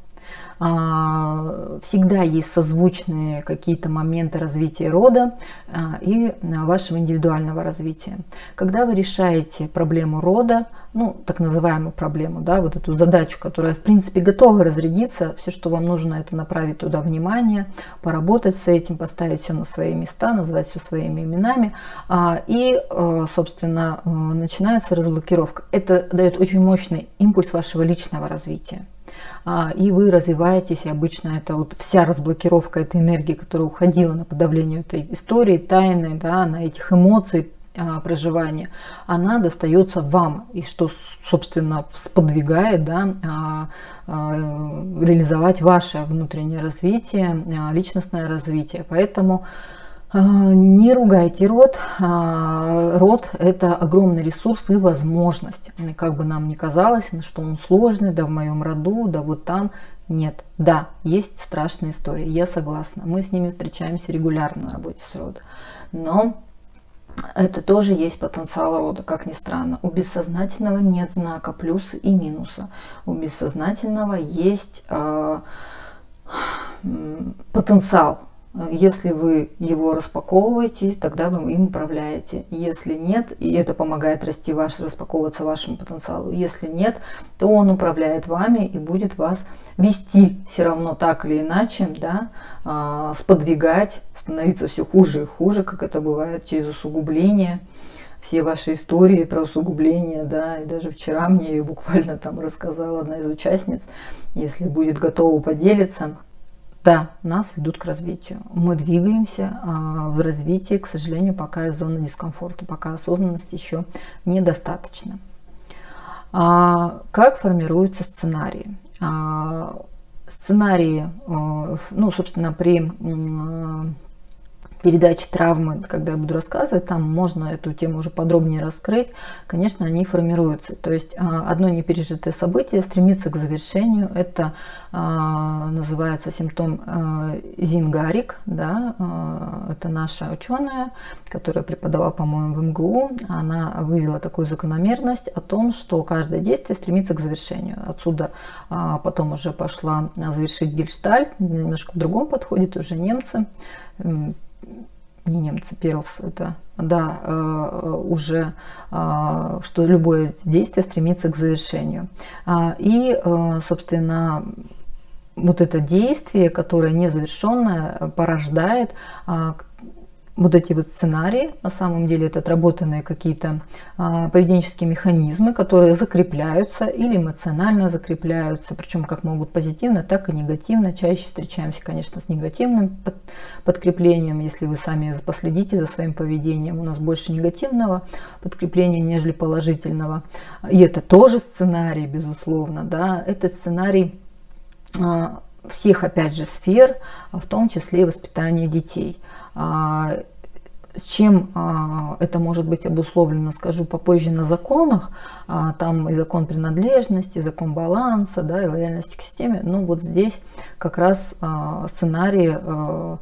Всегда есть созвучные какие-то моменты развития рода и вашего индивидуального развития. Когда вы решаете проблему рода, ну, так называемую проблему, да, вот эту задачу, которая, в принципе, готова разрядиться, все, что вам нужно, это направить туда внимание, поработать с этим, поставить все на свои места, назвать все своими именами, и, собственно, начинается разблокировка. Это дает очень мощный импульс вашего личного развития. И вы развиваетесь, и обычно это вот вся разблокировка этой энергии, которая уходила на подавление этой истории, тайны, да, на этих эмоций, проживания, она достается вам, и что, собственно, сподвигает, да, реализовать ваше внутреннее развитие, личностное развитие. Поэтому не ругайте род. Род – это огромный ресурс и возможность. Как бы нам ни казалось, что он сложный, да в моем роду, да вот там. Нет. Да, есть страшные истории, я согласна. Мы с ними встречаемся регулярно на работе с родом. Но это тоже есть потенциал рода, как ни странно. У бессознательного нет знака плюса и минуса. У бессознательного есть э, потенциал. Если вы его распаковываете, тогда вы им управляете. Если нет, и это помогает расти ваш, распаковываться вашему потенциалу. Если нет, то он управляет вами и будет вас вести все равно так или иначе, да, сподвигать, становиться все хуже и хуже, как это бывает через усугубление. Все ваши истории про усугубление, да, и даже вчера мне ее буквально там рассказала одна из участниц, если будет готова поделиться. Да, нас ведут к развитию. Мы двигаемся а, в развитии, к сожалению, пока из зоны дискомфорта, пока осознанности еще недостаточно. А, как формируются сценарии? А, сценарии, а, ну, собственно, при а, передаче травмы, когда я буду рассказывать, там можно эту тему уже подробнее раскрыть, конечно, они формируются. То есть одно непережитое событие стремится к завершению. Это а, называется симптом а, Зингарик, да, а, это наша ученая, которая преподавала, по-моему, в эм гэ у. Она вывела такую закономерность о том, что каждое действие стремится к завершению. Отсюда а, потом уже пошла завершить гельштальт, немножко в другом подходит уже немцы. Не немцы, Перлс, это, да, э, уже, э, что любое действие стремится к завершению. А, и, э, собственно, вот это действие, которое незавершенное, порождает э, вот эти вот сценарии. На самом деле это отработанные какие-то а, поведенческие механизмы, которые закрепляются или эмоционально закрепляются, причем как могут позитивно, так и негативно. Чаще встречаемся, конечно, с негативным под, подкреплением. Если вы сами последите за своим поведением, у нас больше негативного подкрепления, нежели положительного. И это тоже сценарий, безусловно, да, этот сценарий а, всех, опять же, сфер, в том числе и воспитания детей. С чем это может быть обусловлено, скажу попозже на законах. Там и закон принадлежности, и закон баланса, да, и лояльности к системе. Но вот здесь как раз сценарии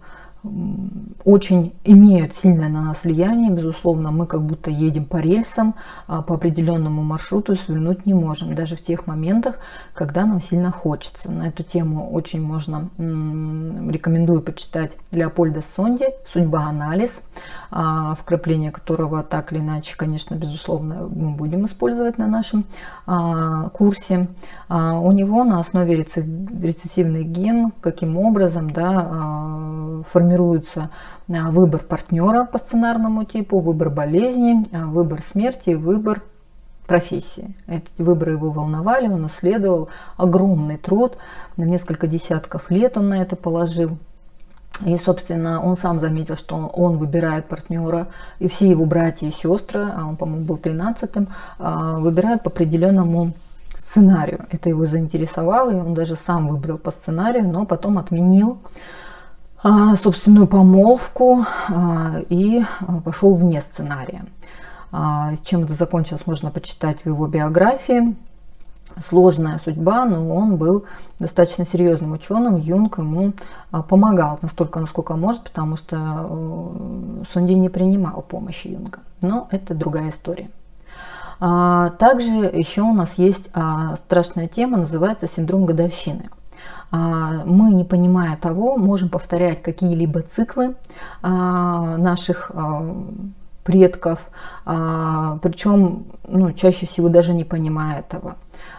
очень имеют сильное на нас влияние. Безусловно, мы как будто едем по рельсам, по определенному маршруту, свернуть не можем, даже в тех моментах, когда нам сильно хочется. На эту тему очень можно, рекомендую почитать Леопольда Сонди «Судьба-анализ», вкрапление которого так или иначе, конечно, безусловно, мы будем использовать на нашем курсе. У него на основе рецессивных ген, каким образом, да, формируется выбор партнера по сценарному типу, выбор болезни, выбор смерти, выбор профессии. Эти выборы его волновали, он исследовал, огромный труд, на несколько десятков лет он на это положил. И, собственно, он сам заметил, что он выбирает партнера, и все его братья и сестры, а он, по-моему, был тринадцатым, выбирают по определенному сценарию. Это его заинтересовало, и он даже сам выбрал по сценарию, но потом отменил собственную помолвку и пошел вне сценария. Чем это закончилось, можно почитать в его биографии. Сложная судьба, но он был достаточно серьезным ученым. Юнг ему помогал настолько, насколько может, потому что Сонди не принимал помощи Юнга. Но это другая история. Также еще у нас есть страшная тема, называется синдром годовщины. Мы, не понимая того, можем повторять какие-либо циклы наших предков, причем, ну, чаще всего даже не понимая этого.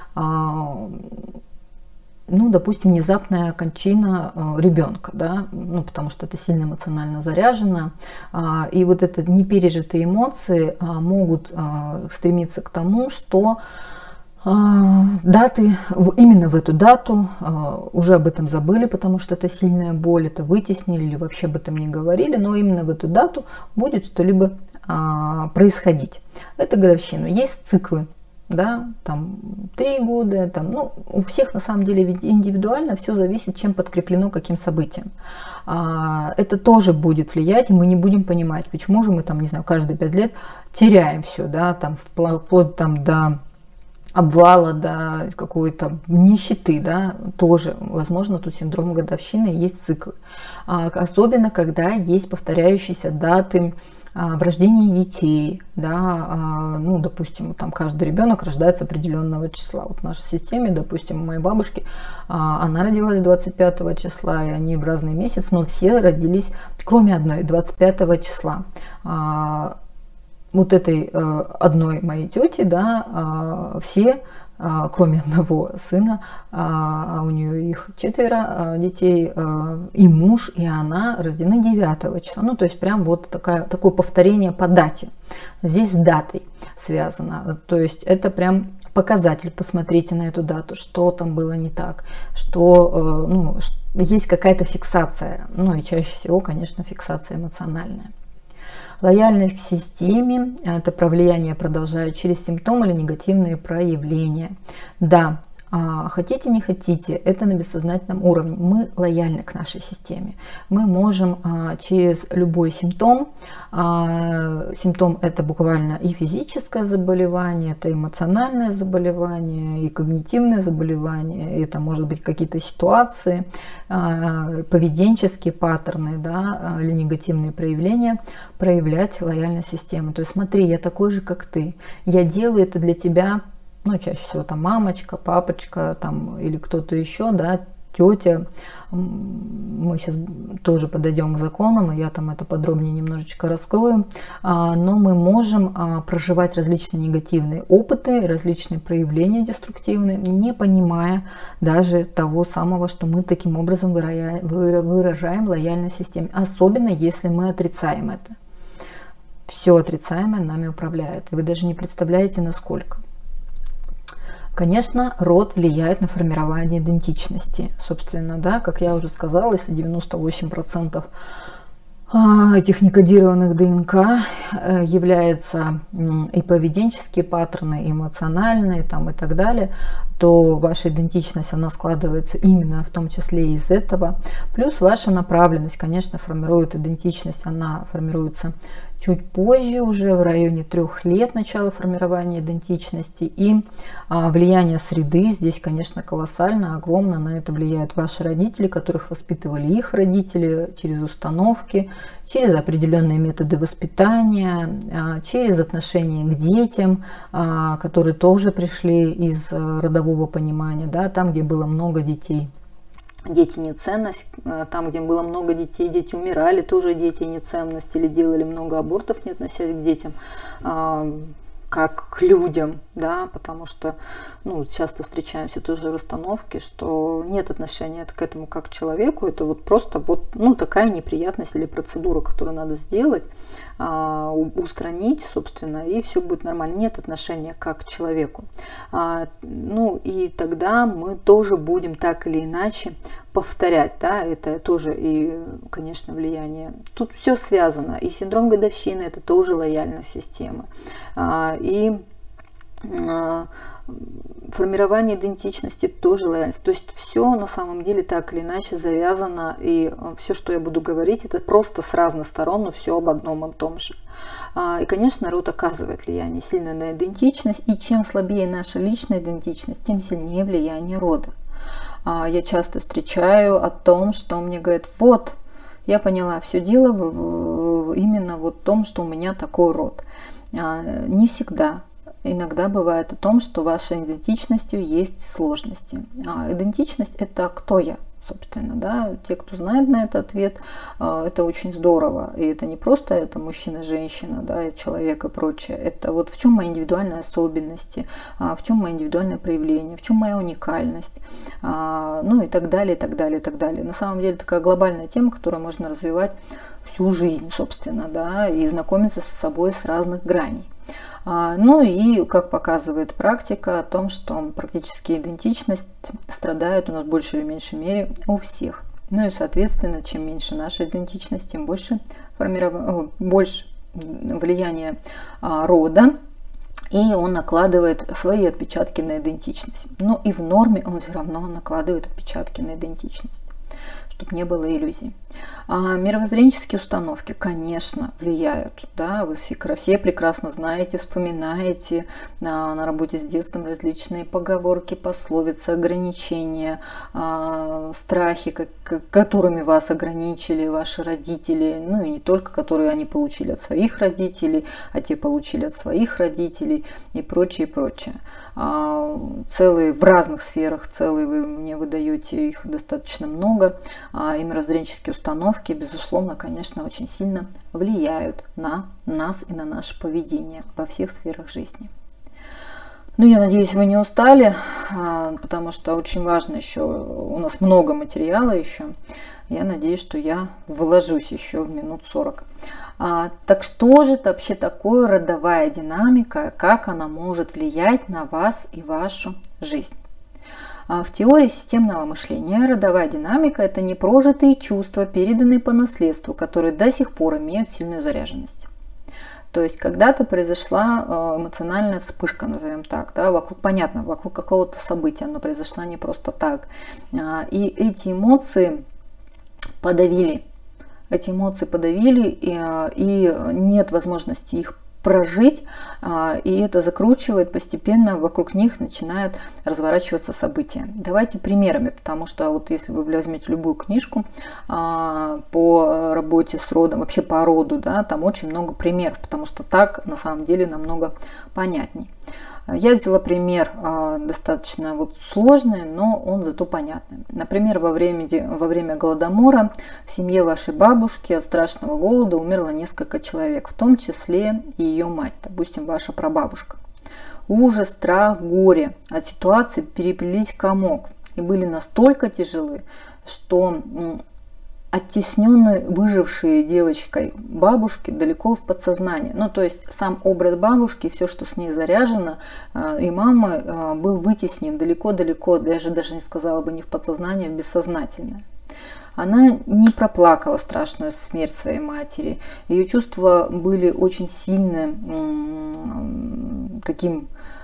Ну, допустим, внезапная кончина ребенка, да, ну, потому что это сильно эмоционально заряжено, и вот это непережитые эмоции могут стремиться к тому, что даты, именно в эту дату уже об этом забыли, потому что это сильная боль, это вытеснили или вообще об этом не говорили, но именно в эту дату будет что-либо происходить. Это годовщина. Есть циклы, да, там три года, там, ну, у всех на самом деле индивидуально, все зависит, чем подкреплено, каким событием. Это тоже будет влиять, и мы не будем понимать, почему же мы там, не знаю, каждые пять лет теряем все, да, там, вплоть там до обвала, до какой-то нищеты, да, тоже, возможно, тут синдром годовщины, есть циклы. Особенно, когда есть повторяющиеся даты в рождении детей, да, ну, допустим, там каждый ребенок рождается определенного числа. Вот в нашей системе, допустим, у моей бабушки, она родилась двадцать пятого числа, и они в разный месяц, но все родились, кроме одной, двадцать пятого числа. Вот этой одной моей тети, да, все, кроме одного сына, а у нее их четверо детей, и муж, и она рождены девятого числа. Ну, то есть прям вот такая, такое повторение по дате. Здесь с датой связано. То есть это прям показатель. Посмотрите на эту дату, что там было не так, что, ну, есть какая-то фиксация. Ну и чаще всего, конечно, фиксация эмоциональная. Лояльность к системе – это про влияние продолжают через симптомы или негативные проявления. Да, хотите, не хотите, это на бессознательном уровне. Мы лояльны к нашей системе. Мы можем через любой симптом, симптом это буквально и физическое заболевание, это эмоциональное заболевание, и когнитивное заболевание, это может быть какие-то ситуации, поведенческие паттерны, да, или негативные проявления, проявлять лояльность системы. То есть смотри, я такой же, как ты, я делаю это для тебя. Ну, чаще всего там мамочка, папочка, там, или кто-то еще, да, тетя. Мы сейчас тоже подойдем к законам, и я там это подробнее немножечко раскрою. Но мы можем проживать различные негативные опыты, различные проявления деструктивные, не понимая даже того самого, что мы таким образом выражаем лояльность системе. Особенно, если мы отрицаем это. Все отрицаемое нами управляет. И вы даже не представляете, насколько. Конечно, род влияет на формирование идентичности. Собственно, да, как я уже сказала, если девяносто восемь процентов этих некодированных ДНК являются и поведенческие паттерны, и эмоциональные там, и так далее, то ваша идентичность, она складывается именно в том числе из этого. Плюс ваша направленность, конечно, формирует идентичность, она формируется чуть позже, уже в районе трех лет начала формирования идентичности. И а, влияние среды здесь, конечно, колоссально, огромно. На это влияют ваши родители, которых воспитывали их родители, через установки, через определенные методы воспитания, а, через отношение к детям, а, которые тоже пришли из а, родового понимания, да, там, где было много детей. Дети не ценность, там, где было много детей, дети умирали, тоже дети не ценность, или делали много абортов, не относясь к детям, как к людям, да, потому что, ну, часто встречаемся тоже в расстановке, что нет отношения к этому как к человеку, это вот просто вот, ну, такая неприятность или процедура, которую надо сделать, а, устранить, собственно, и все будет нормально. Нет отношения как к человеку. А, ну, и тогда мы тоже будем так или иначе повторять, да, это тоже и, конечно, влияние. Тут все связано, и синдром годовщины, это тоже лояльность системы. А, и формирование идентичности тоже лояльность. То есть все на самом деле так или иначе завязано, и все, что я буду говорить, это просто с разных сторон, но все об одном и том же. И, конечно, род оказывает влияние сильно на идентичность, и чем слабее наша личная идентичность, тем сильнее влияние рода. Я часто встречаю о том, что мне говорят: вот, я поняла, все дело именно вот в том, что у меня такой род. Не всегда. Иногда бывает о том, что вашей идентичностью есть сложности. А идентичность – это кто я, собственно, да? Те, кто знает на этот ответ, это очень здорово. И это не просто это мужчина, женщина, да, человек и прочее. Это вот в чем мои индивидуальные особенности, в чем мои индивидуальные проявления, в чем моя уникальность, ну и так далее, и так далее, и так далее. На самом деле такая глобальная тема, которую можно развивать всю жизнь, собственно, да, и знакомиться с собой с разных граней. Ну и, как показывает практика, о том, что практически идентичность страдает у нас в большей или меньшей мере у всех. Ну и, соответственно, чем меньше наша идентичность, тем больше, формиров... больше влияния рода, и он накладывает свои отпечатки на идентичность. Но и в норме он все равно накладывает отпечатки на идентичность, чтобы не было иллюзий. А мировоззренческие установки, конечно, влияют. Да? Вы все прекрасно знаете, вспоминаете а, на работе с детством различные поговорки, пословицы, ограничения, а, страхи, как, которыми вас ограничили ваши родители, ну и не только, которые они получили от своих родителей, а те получили от своих родителей и прочее, и прочее. А, целые в разных сферах, целые вы мне выдаете их достаточно много, а, и мировоззренческие установки, безусловно, конечно, очень сильно влияют на нас и на наше поведение во всех сферах жизни. Ну, я надеюсь, вы не устали, потому что очень важно еще, у нас много материала еще. Я надеюсь, что я вложусь еще в минут сорок. А, так что же это вообще такое родовая динамика, как она может влиять на вас и вашу жизнь? В теории системного мышления родовая динамика – это непрожитые чувства, переданные по наследству, которые до сих пор имеют сильную заряженность. То есть когда-то произошла эмоциональная вспышка, назовем так, да, вокруг, понятно, вокруг какого-то события, оно произошло не просто так. И эти эмоции подавили, эти эмоции подавили, и, и нет возможности их прожить, и это закручивает постепенно, вокруг них начинают разворачиваться события. Давайте примерами, потому что вот если вы возьмете любую книжку по работе с родом, вообще по роду, да, там очень много примеров, потому что так на самом деле намного понятней. Я взяла пример а, достаточно вот сложный, но он зато понятный. Например, во время, во время Голодомора в семье вашей бабушки от страшного голода умерло несколько человек, в том числе и ее мать, допустим, ваша прабабушка. Ужас, страх, горе от ситуации переплелись в комок и были настолько тяжелы, что оттесненные выжившие девочкой бабушки далеко в подсознание. Ну, то есть сам образ бабушки, все, что с ней заряжено, и мамы, был вытеснен далеко-далеко, даже, даже не сказала бы не в подсознание, а в бессознательное. Она не проплакала страшную смерть своей матери. Ее чувства были очень сильны, таким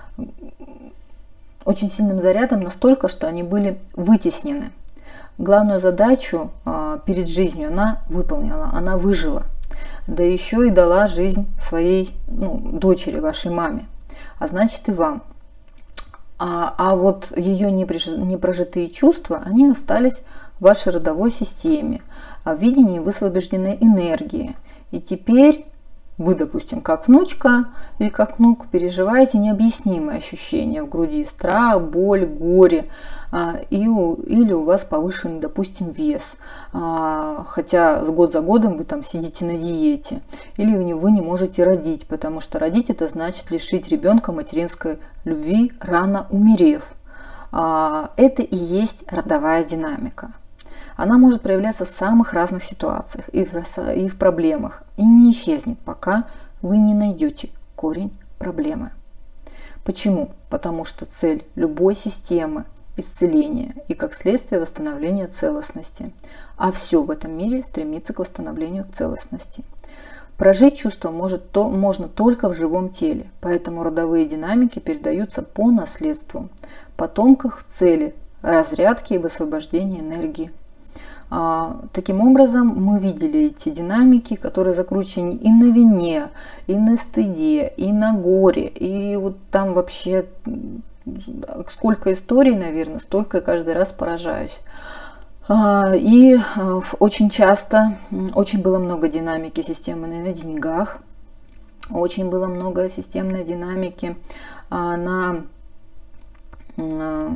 очень сильным зарядом, настолько, что они были вытеснены. Главную задачу перед жизнью она выполнила, она выжила. Да еще и дала жизнь своей, ну, дочери, вашей маме, а значит и вам. А, а вот ее непрожитые чувства, они остались в вашей родовой системе, а в видении высвобожденной энергии. И теперь вы, допустим, как внучка или как внук, переживаете необъяснимые ощущения в груди, страх, боль, горе, а, и у, или у вас повышенный, допустим, вес, а, хотя год за годом вы там сидите на диете, или вы не можете родить, потому что родить это значит лишить ребенка материнской любви, рано умерев. А, это и есть родовая динамика. Она может проявляться в самых разных ситуациях и в, и в проблемах, и не исчезнет, пока вы не найдете корень проблемы. Почему? Потому что цель любой системы – исцеление и, как следствие, восстановление целостности. А все в этом мире стремится к восстановлению целостности. Прожить чувство может то, можно только в живом теле, поэтому родовые динамики передаются по наследству, потомках в цели разрядки и высвобождения энергии. А, таким образом, мы видели эти динамики, которые закручены и на вине, и на стыде, и на горе. И вот там вообще сколько историй, наверное, столько я каждый раз поражаюсь. А, и а, очень часто, очень было много динамики системы на деньгах, очень было много системной динамики а, на... на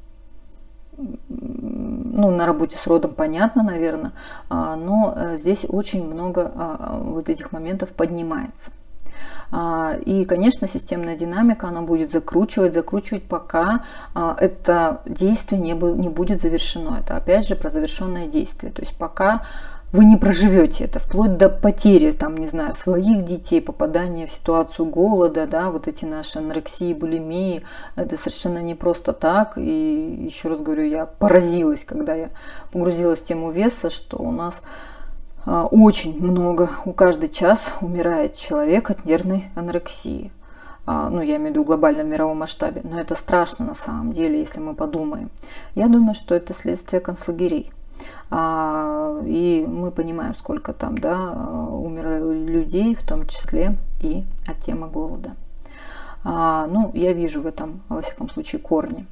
ну, на работе с родом, понятно, наверное, но здесь очень много вот этих моментов поднимается. И, конечно, системная динамика, она будет закручивать, закручивать, пока это действие не будет завершено. Это, опять же, про завершенное действие. То есть, пока вы не проживете это, вплоть до потери, там, не знаю, своих детей, попадания в ситуацию голода, да, вот эти наши анорексии, булимии, это совершенно не просто так. И еще раз говорю, я поразилась, когда я погрузилась в тему веса, что у нас а, очень много, у каждый час умирает человек от нервной анорексии. А, ну, я имею в виду в глобальном мировом масштабе, но это страшно на самом деле, если мы подумаем. Я думаю, что это следствие концлагерей. И мы понимаем, сколько там, да, умерло людей, в том числе и от темы голода. Ну, я вижу в этом, во всяком случае, корни.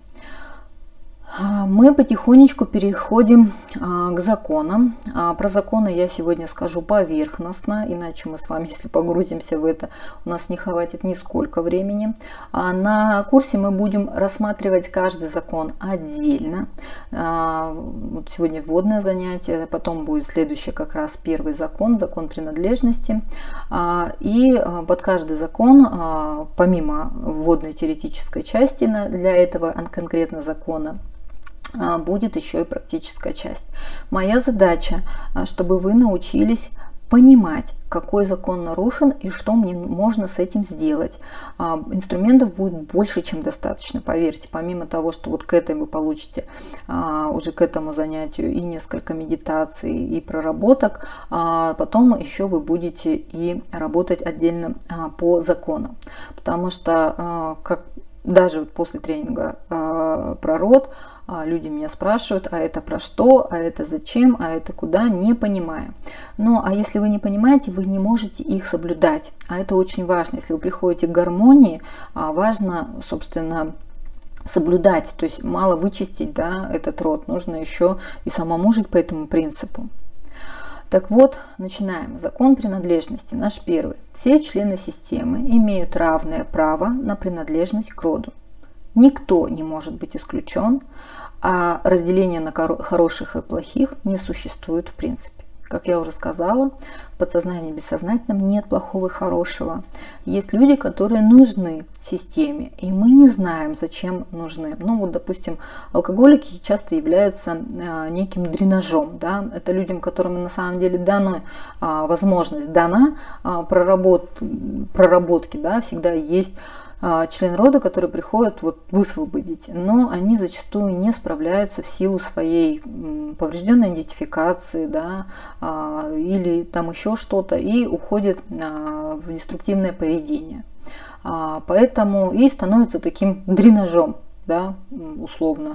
Мы потихонечку переходим к законам. Про законы я сегодня скажу поверхностно, иначе мы с вами, если погрузимся в это, у нас не хватит нисколько времени. На курсе мы будем рассматривать каждый закон отдельно. Вот сегодня вводное занятие, потом будет следующее как раз первый закон, закон принадлежности. И под каждый закон, помимо вводной теоретической части для этого конкретно закона, будет еще и практическая часть. Моя задача, чтобы вы научились понимать, какой закон нарушен и что мне можно с этим сделать. Инструментов будет больше, чем достаточно, поверьте. Помимо того, что вот к этой вы получите, уже к этому занятию и несколько медитаций, и проработок, потом еще вы будете и работать отдельно по законам. Потому что как даже вот после тренинга э, про род э, люди меня спрашивают, а это про что, а это зачем, а это куда, не понимая. Ну, а если вы не понимаете, вы не можете их соблюдать. А это очень важно. Если вы приходите к гармонии, э, важно, собственно, соблюдать. То есть мало вычистить, да, этот род, нужно еще и самому жить по этому принципу. Так вот, начинаем. Закон принадлежности, наш первый. Все члены системы имеют равное право на принадлежность к роду. Никто не может быть исключен, а разделение на хороших и плохих не существует в принципе. Как я уже сказала, в подсознании и бессознательном нет плохого и хорошего. Есть люди, которые нужны системе, и мы не знаем, зачем нужны. Ну вот, допустим, алкоголики часто являются а, неким дренажом. Да? Это людям, которым на самом деле дана а, возможность, дана а, проработ, проработки, да? Всегда есть член рода, который приходит вот высвободить, но они зачастую не справляются в силу своей поврежденной идентификации, да, или там еще что-то, и уходят в деструктивное поведение. Поэтому и становится таким дренажом, да, условно,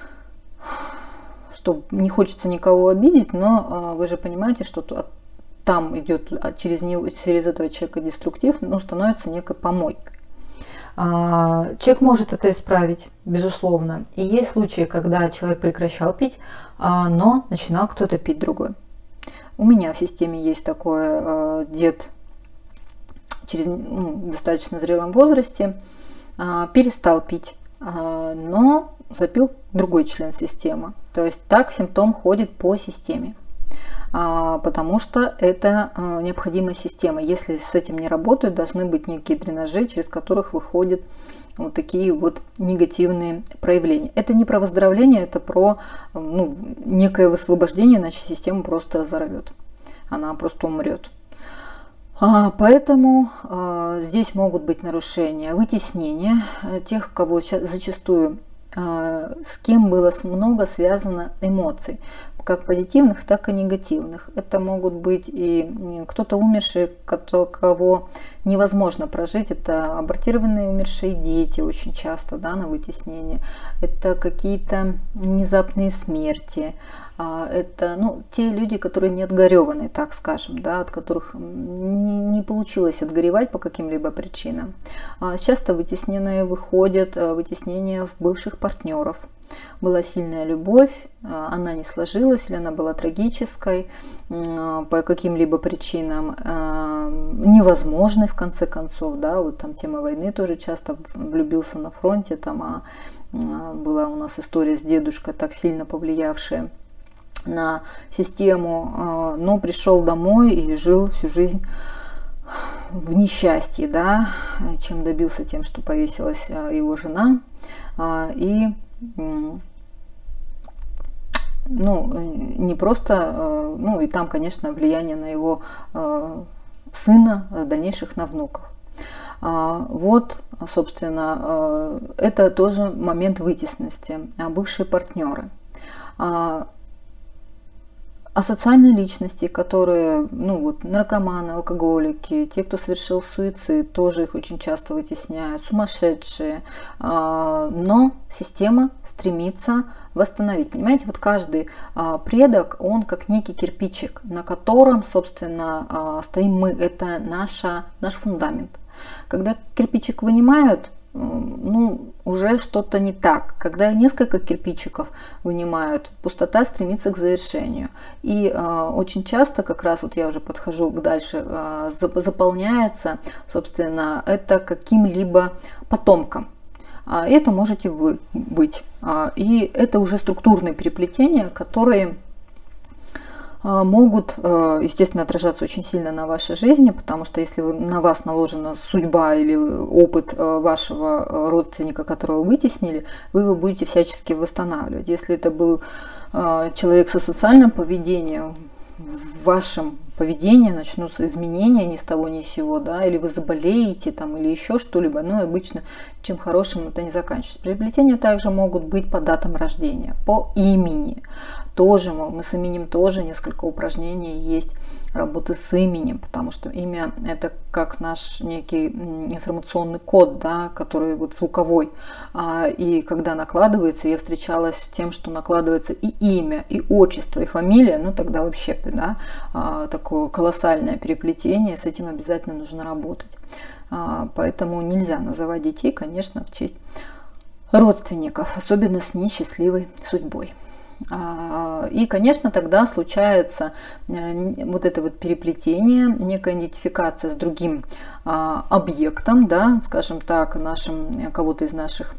что не хочется никого обидеть, но вы же понимаете, что там идет через него, через этого человека деструктив, ну, становится некой помойкой. Человек может это исправить, безусловно. И есть случаи, когда человек прекращал пить, но начинал кто-то пить другой. У меня в системе есть такое: дед через ну, достаточно зрелом возрасте перестал пить, но запил другой член системы. То есть так симптом ходит по системе, потому что это необходимая система. Если с этим не работают, должны быть некие дренажи, через которых выходят вот такие вот негативные проявления. Это не про выздоровление, это про ну, некое высвобождение, иначе система просто разорвет, она просто умрет. Поэтому здесь могут быть нарушения, вытеснения тех, кого зачастую с кем было много связано эмоций, как позитивных, так и негативных. Это могут быть и кто-то умерший, кого невозможно прожить. Это абортированные умершие дети очень часто, да, на вытеснение. Это какие-то внезапные смерти. Это ну, те люди, которые не отгореваны, так скажем, да, от которых не получилось отгоревать по каким-либо причинам. Часто вытесненные выходят, вытеснение в бывших партнеров. Была сильная любовь, она не сложилась, или она была трагической, по каким-либо причинам невозможной в конце концов, да, вот там тема войны тоже часто, влюбился на фронте, там а, была у нас история с дедушкой, так сильно повлиявшая на систему, но пришел домой и жил всю жизнь в несчастье, да, чем добился тем, что повесилась его жена, и ну, не просто, ну и там, конечно, влияние на его сына, дальнейших на внуков. Вот, собственно, это тоже момент вытесненности, бывшие партнеры. Асоциальные личности, которые, ну вот, наркоманы, алкоголики, те, кто совершил суицид, тоже их очень часто вытесняют, сумасшедшие, но система стремится восстановить. Понимаете, вот каждый предок, он как некий кирпичик, на котором, собственно, стоим мы, это наша, наш фундамент. Когда кирпичик вынимают, ну, уже что-то не так. Когда несколько кирпичиков вынимают, пустота стремится к завершению. И э, очень часто, как раз вот я уже подхожу к дальше, э, заполняется, собственно, это каким-либо потомком. А это можете вы быть. А, и это уже структурные переплетения, которые могут, естественно, отражаться очень сильно на вашей жизни, потому что если на вас наложена судьба или опыт вашего родственника, которого вы вытеснили, вы его будете всячески восстанавливать. Если это был человек со социальным поведением, в вашем поведении начнутся изменения ни с того ни с сего, да, или вы заболеете там, или еще что-либо, но обычно чем хорошим это не заканчивается. Переплетения также могут быть по датам рождения, по имени. Тоже мы с именем тоже несколько упражнений есть, работы с именем, потому что имя это как наш некий информационный код, да, который вот звуковой. И когда накладывается, я встречалась с тем, что накладывается и имя, и отчество, и фамилия, ну тогда вообще, да, такое колоссальное переплетение, с этим обязательно нужно работать. Поэтому нельзя называть детей, конечно, в честь родственников, особенно с несчастливой судьбой. И, конечно, тогда случается вот это вот переплетение, некая идентификация с другим объектом, да, скажем так, нашим, кого-то из наших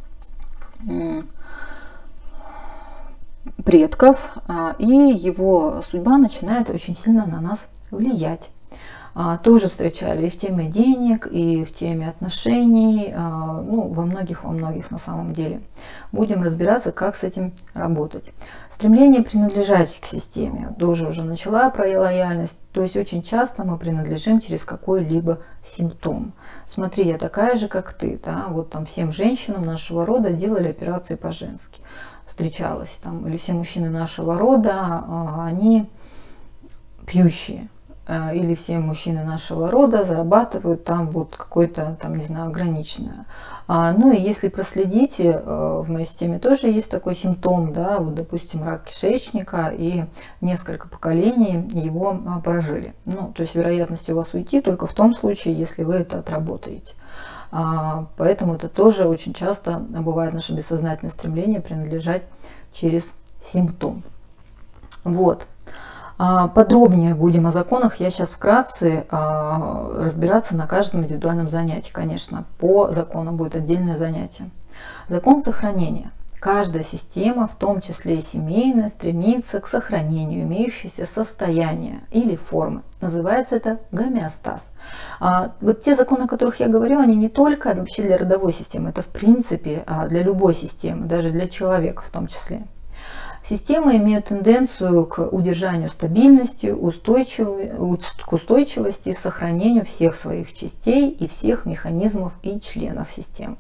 предков, и его судьба начинает очень сильно на нас влиять. тоже встречали и в теме денег, и в теме отношений, ну, во многих, во многих на самом деле. Будем разбираться, как с этим работать. Стремление принадлежать к системе. Тоже уже начала про лояльность. То есть очень часто мы принадлежим через какой-либо симптом. Смотри, я такая же, как ты. Да? Вот там всем женщинам нашего рода делали операции по-женски. Встречалась там. Или все мужчины нашего рода, они пьющие. Или все мужчины нашего рода зарабатывают там вот какое-то, там, не знаю, ограниченное. А, ну и если проследите, в моей системе тоже есть такой симптом, да, вот, допустим, рак кишечника, и несколько поколений его поражили. Ну, то есть вероятность у вас уйти только в том случае, если вы это отработаете. А, поэтому это тоже очень часто бывает наше бессознательное стремление принадлежать через симптом. Вот. Подробнее будем о законах. Я сейчас вкратце а, разбираться на каждом индивидуальном занятии. Конечно, по закону будет отдельное занятие. Закон сохранения. Каждая система, в том числе и семейная, стремится к сохранению имеющегося состояния или формы. Называется это гомеостаз. А, вот те законы, о которых я говорю, они не только вообще для родовой системы, это в принципе для любой системы, даже для человека в том числе. Системы имеют тенденцию к удержанию стабильности, к устойчивости и сохранению всех своих частей и всех механизмов и членов системы.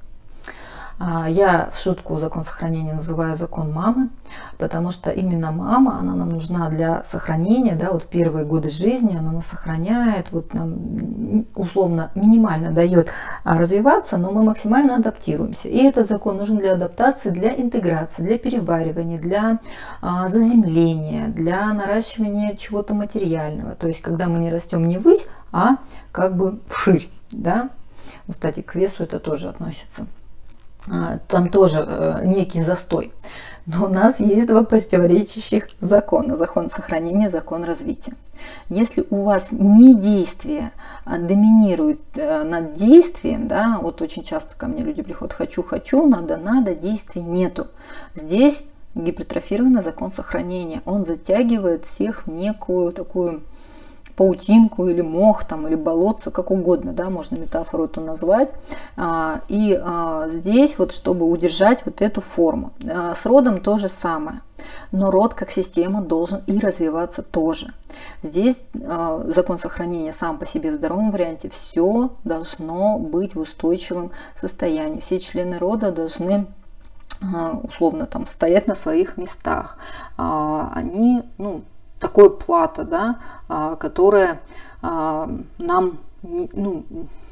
Я в шутку закон сохранения называю закон мамы, потому что именно мама, она нам нужна для сохранения, да, вот в первые годы жизни она нас сохраняет, вот нам условно минимально дает развиваться, но мы максимально адаптируемся. И этот закон нужен для адаптации, для интеграции, для переваривания, для а, заземления, для наращивания чего-то материального. То есть, когда мы не растем не ввысь, а как бы вширь, да. Кстати, к весу это тоже относится. Там тоже э, некий застой. Но у нас есть два противоречащих закона. Закон сохранения, закон развития. Если у вас не действие а доминирует э, над действием, да, вот очень часто ко мне люди приходят: хочу, хочу, надо, надо, действия нету. Здесь гипертрофированный закон сохранения. Он затягивает всех в некую такую паутинку или мох, там, или болотце, как угодно, да, можно метафору эту назвать. А, и а, здесь вот, чтобы удержать вот эту форму. А, с родом то же самое, но род как система должен и развиваться тоже. Здесь а, закон сохранения сам по себе в здоровом варианте, все должно быть в устойчивом состоянии. Все члены рода должны условно там стоять на своих местах. А, они, ну, такое плато, да, которое нам, ну,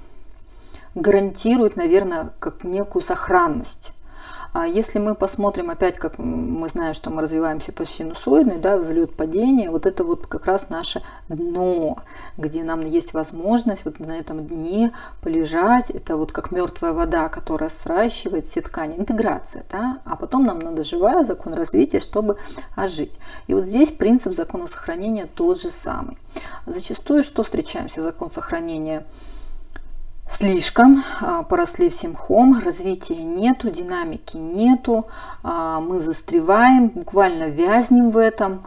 гарантирует, наверное, как некую сохранность. Если мы посмотрим опять, как мы знаем, что мы развиваемся по синусоидной, да, взлет, падение, вот это вот как раз наше дно, где нам есть возможность вот на этом дне полежать. Это вот как мертвая вода, которая сращивает все ткани, интеграция, да, а потом нам надо живая, закон развития, чтобы ожить. И вот здесь принцип закона сохранения тот же самый. Зачастую что встречаемся? Закон сохранения слишком, поросли всем мхом, развития нету, динамики нету, мы застреваем, буквально вязнем в этом,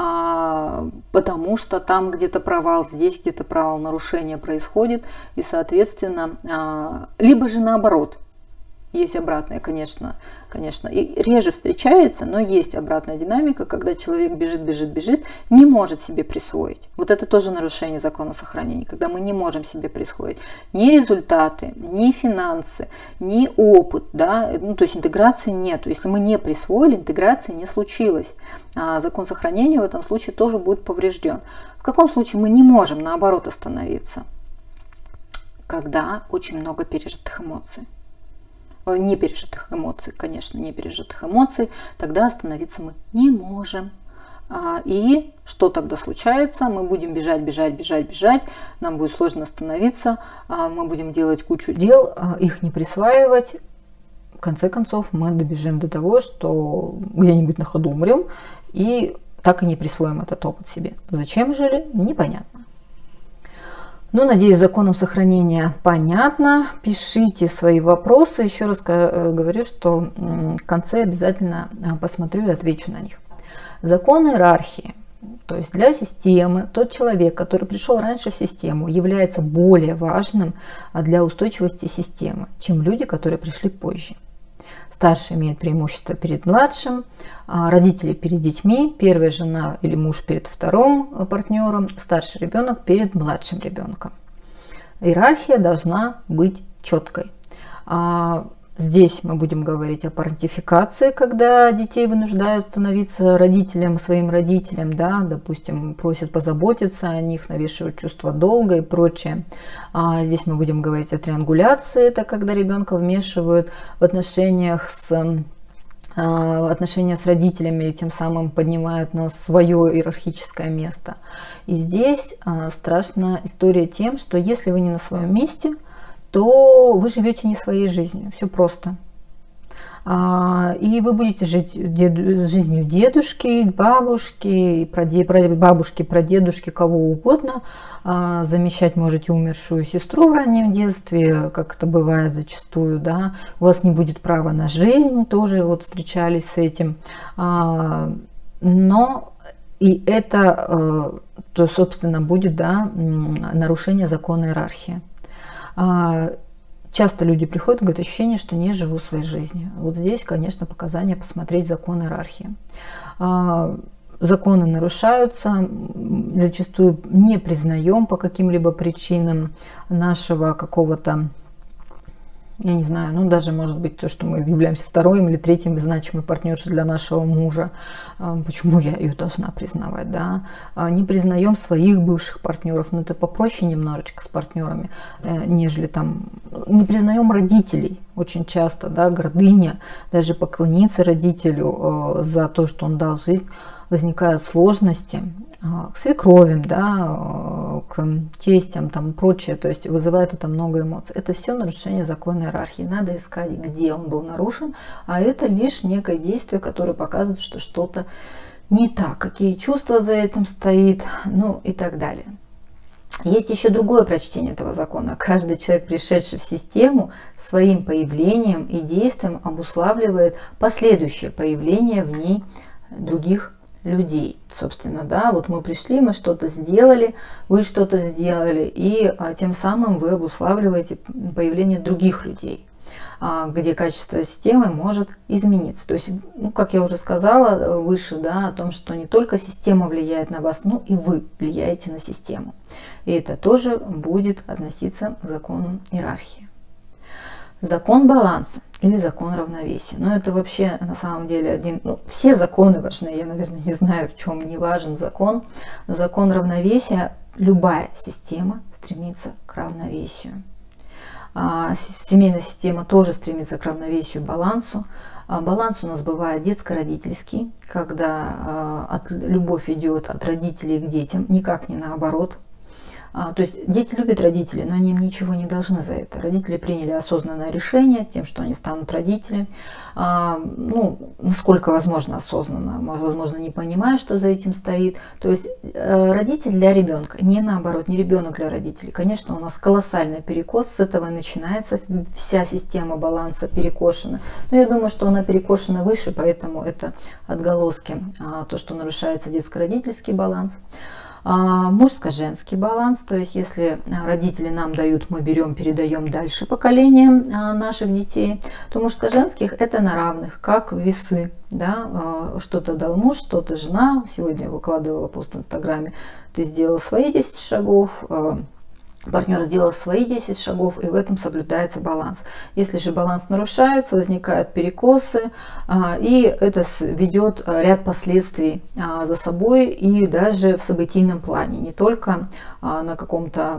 потому что там где-то провал, здесь где-то провал, нарушение происходит, и, соответственно, либо же наоборот. Есть обратная, конечно, конечно, и реже встречается, но есть обратная динамика, когда человек бежит, бежит, бежит, не может себе присвоить. Вот это тоже нарушение закона сохранения, когда мы не можем себе присвоить ни результаты, ни финансы, ни опыт, да, ну, то есть интеграции нет. Если мы не присвоили, интеграции не случилось. А закон сохранения в этом случае тоже будет поврежден. В каком случае мы не можем, наоборот, остановиться? Когда очень много пережитых эмоций. Не пережитых эмоций, конечно, не пережитых эмоций, тогда остановиться мы не можем. И что тогда случается? Мы будем бежать, бежать, бежать, бежать, нам будет сложно остановиться, мы будем делать кучу дел, их не присваивать. В конце концов, мы добежим до того, что где-нибудь на ходу умрем и так и не присвоим этот опыт себе. Зачем жили? Непонятно. Ну, надеюсь, законом сохранения понятно. Пишите свои вопросы. Еще раз говорю, что в конце обязательно посмотрю и отвечу на них. Закон иерархии. То есть для системы тот человек, который пришел раньше в систему, является более важным для устойчивости системы, чем люди, которые пришли позже. Старший имеет преимущество перед младшим, родители перед детьми, первая жена или муж перед вторым партнером, старший ребенок перед младшим ребенком. Иерархия должна быть четкой. Здесь мы будем говорить о парентификации, когда детей вынуждают становиться родителям, своим родителям, да, допустим, просят позаботиться о них, навешивают чувство долга и прочее. А здесь мы будем говорить о триангуляции, это когда ребенка вмешивают в отношениях с отношения с родителями и тем самым поднимают на свое иерархическое место. И здесь страшна история тем, что если вы не на своем месте, то вы живете не своей жизнью. Все просто. И вы будете жить деду, жизнью дедушки, бабушки, бабушки, прадедушки, кого угодно. Замещать можете умершую сестру в раннем детстве, как это бывает зачастую. Да? У вас не будет права на жизнь, тоже вот встречались с этим. Но и это, то, собственно, будет, да, нарушение закона иерархии. Часто люди приходят и говорят, ощущение, что не живу своей жизнью. Вот здесь, конечно, показания посмотреть закон иерархии. Законы нарушаются, зачастую не признаем по каким-либо причинам нашего какого-то, я не знаю, ну даже может быть то, что мы являемся вторым или третьим значимой партнершей для нашего мужа. Почему я ее должна признавать, да? Не признаем своих бывших партнеров, но это попроще немножечко с партнерами, нежели там, не признаем родителей очень часто, да, гордыня, даже поклониться родителю за то, что он дал жизнь, возникают сложности к свекровям, да, к тестям, там и прочее, то есть вызывает это много эмоций. Это все нарушение закона иерархии. Надо искать, где он был нарушен, а это лишь некое действие, которое показывает, что что-то не так, какие чувства за этим стоит, ну и так далее. Есть еще другое прочтение этого закона. Каждый человек, пришедший в систему, своим появлением и действием обуславливает последующее появление в ней других людей. Собственно, да, вот мы пришли, мы что-то сделали, вы что-то сделали, и а, тем самым вы обуславливаете появление других людей, а, где качество системы может измениться. То есть, ну, как я уже сказала выше, да, о том, что не только система влияет на вас, но и вы влияете на систему. И это тоже будет относиться к закону иерархии. Закон баланса или закон равновесия. Но это вообще на самом деле один... Ну, все законы важны. Я, наверное, не знаю, в чем не важен закон. Но закон равновесия, любая система стремится к равновесию. А, семейная система тоже стремится к равновесию, балансу. А, баланс у нас бывает детско-родительский, когда а, от, любовь идет от родителей к детям, никак не наоборот. А, то есть дети любят родителей, но они им ничего не должны за это. Родители приняли осознанное решение тем, что они станут родителями. А, ну, насколько возможно осознанно, возможно, не понимая, что за этим стоит. То есть э, родитель для ребенка, не наоборот, не ребенок для родителей. Конечно, у нас колоссальный перекос, с этого начинается вся система баланса перекошена. Но я думаю, что она перекошена выше, поэтому это отголоски, а, то, что нарушается детско-родительский баланс. Мужско-женский баланс, то есть если родители нам дают, мы берем, передаем дальше поколениям наших детей, то мужско-женских это на равных, как весы, да, что-то дал муж, что-то жена. Сегодня я выкладывала пост в Инстаграме, ты сделал свои десять шагов, партнер сделал свои десять шагов, и в этом соблюдается баланс. Если же баланс нарушается, возникают перекосы, и это ведет ряд последствий за собой и даже в событийном плане, не только на каком-то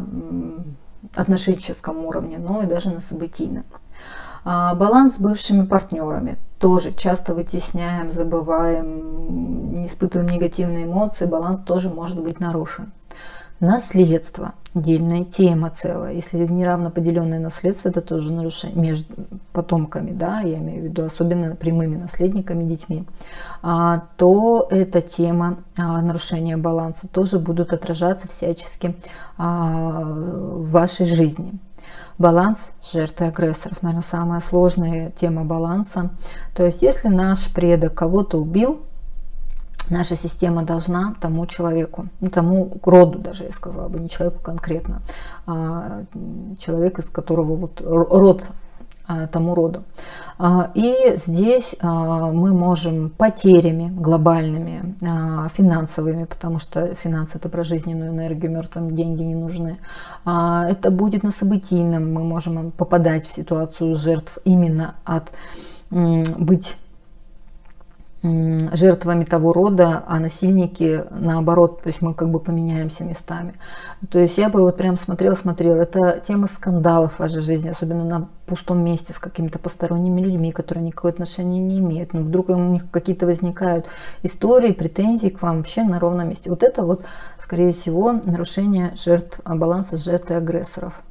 отношенческом уровне, но и даже на событийном. Баланс с бывшими партнерами тоже часто вытесняем, забываем, не испытываем негативные эмоции, баланс тоже может быть нарушен. Наследство. Отдельная тема целая. Если неравноподеленное наследство, это тоже нарушение между потомками, да, я имею в виду особенно прямыми наследниками, детьми, а, то эта тема а, нарушения баланса тоже будут отражаться всячески а, в вашей жизни. Баланс жертвы агрессоров, наверное, самая сложная тема баланса. То есть, если наш предок кого-то убил, наша система должна тому человеку, ну, тому роду даже, я сказала бы, не человеку конкретно, а человек, из которого вот род, тому роду. И здесь мы можем потерями глобальными, финансовыми, потому что финансы — это про жизненную энергию, мертвым деньги не нужны. Это будет на событийном, мы можем попадать в ситуацию жертв именно от быть жертвами того рода, а насильники наоборот, то есть мы как бы поменяемся местами. То есть я бы вот прям смотрела, смотрела, это тема скандалов в вашей жизни, особенно на пустом месте с какими-то посторонними людьми, которые никакого отношения не имеют. Но вдруг у них какие-то возникают истории, претензии к вам вообще на ровном месте. Вот это вот, скорее всего, нарушение жертв, баланса жертв и агрессоров.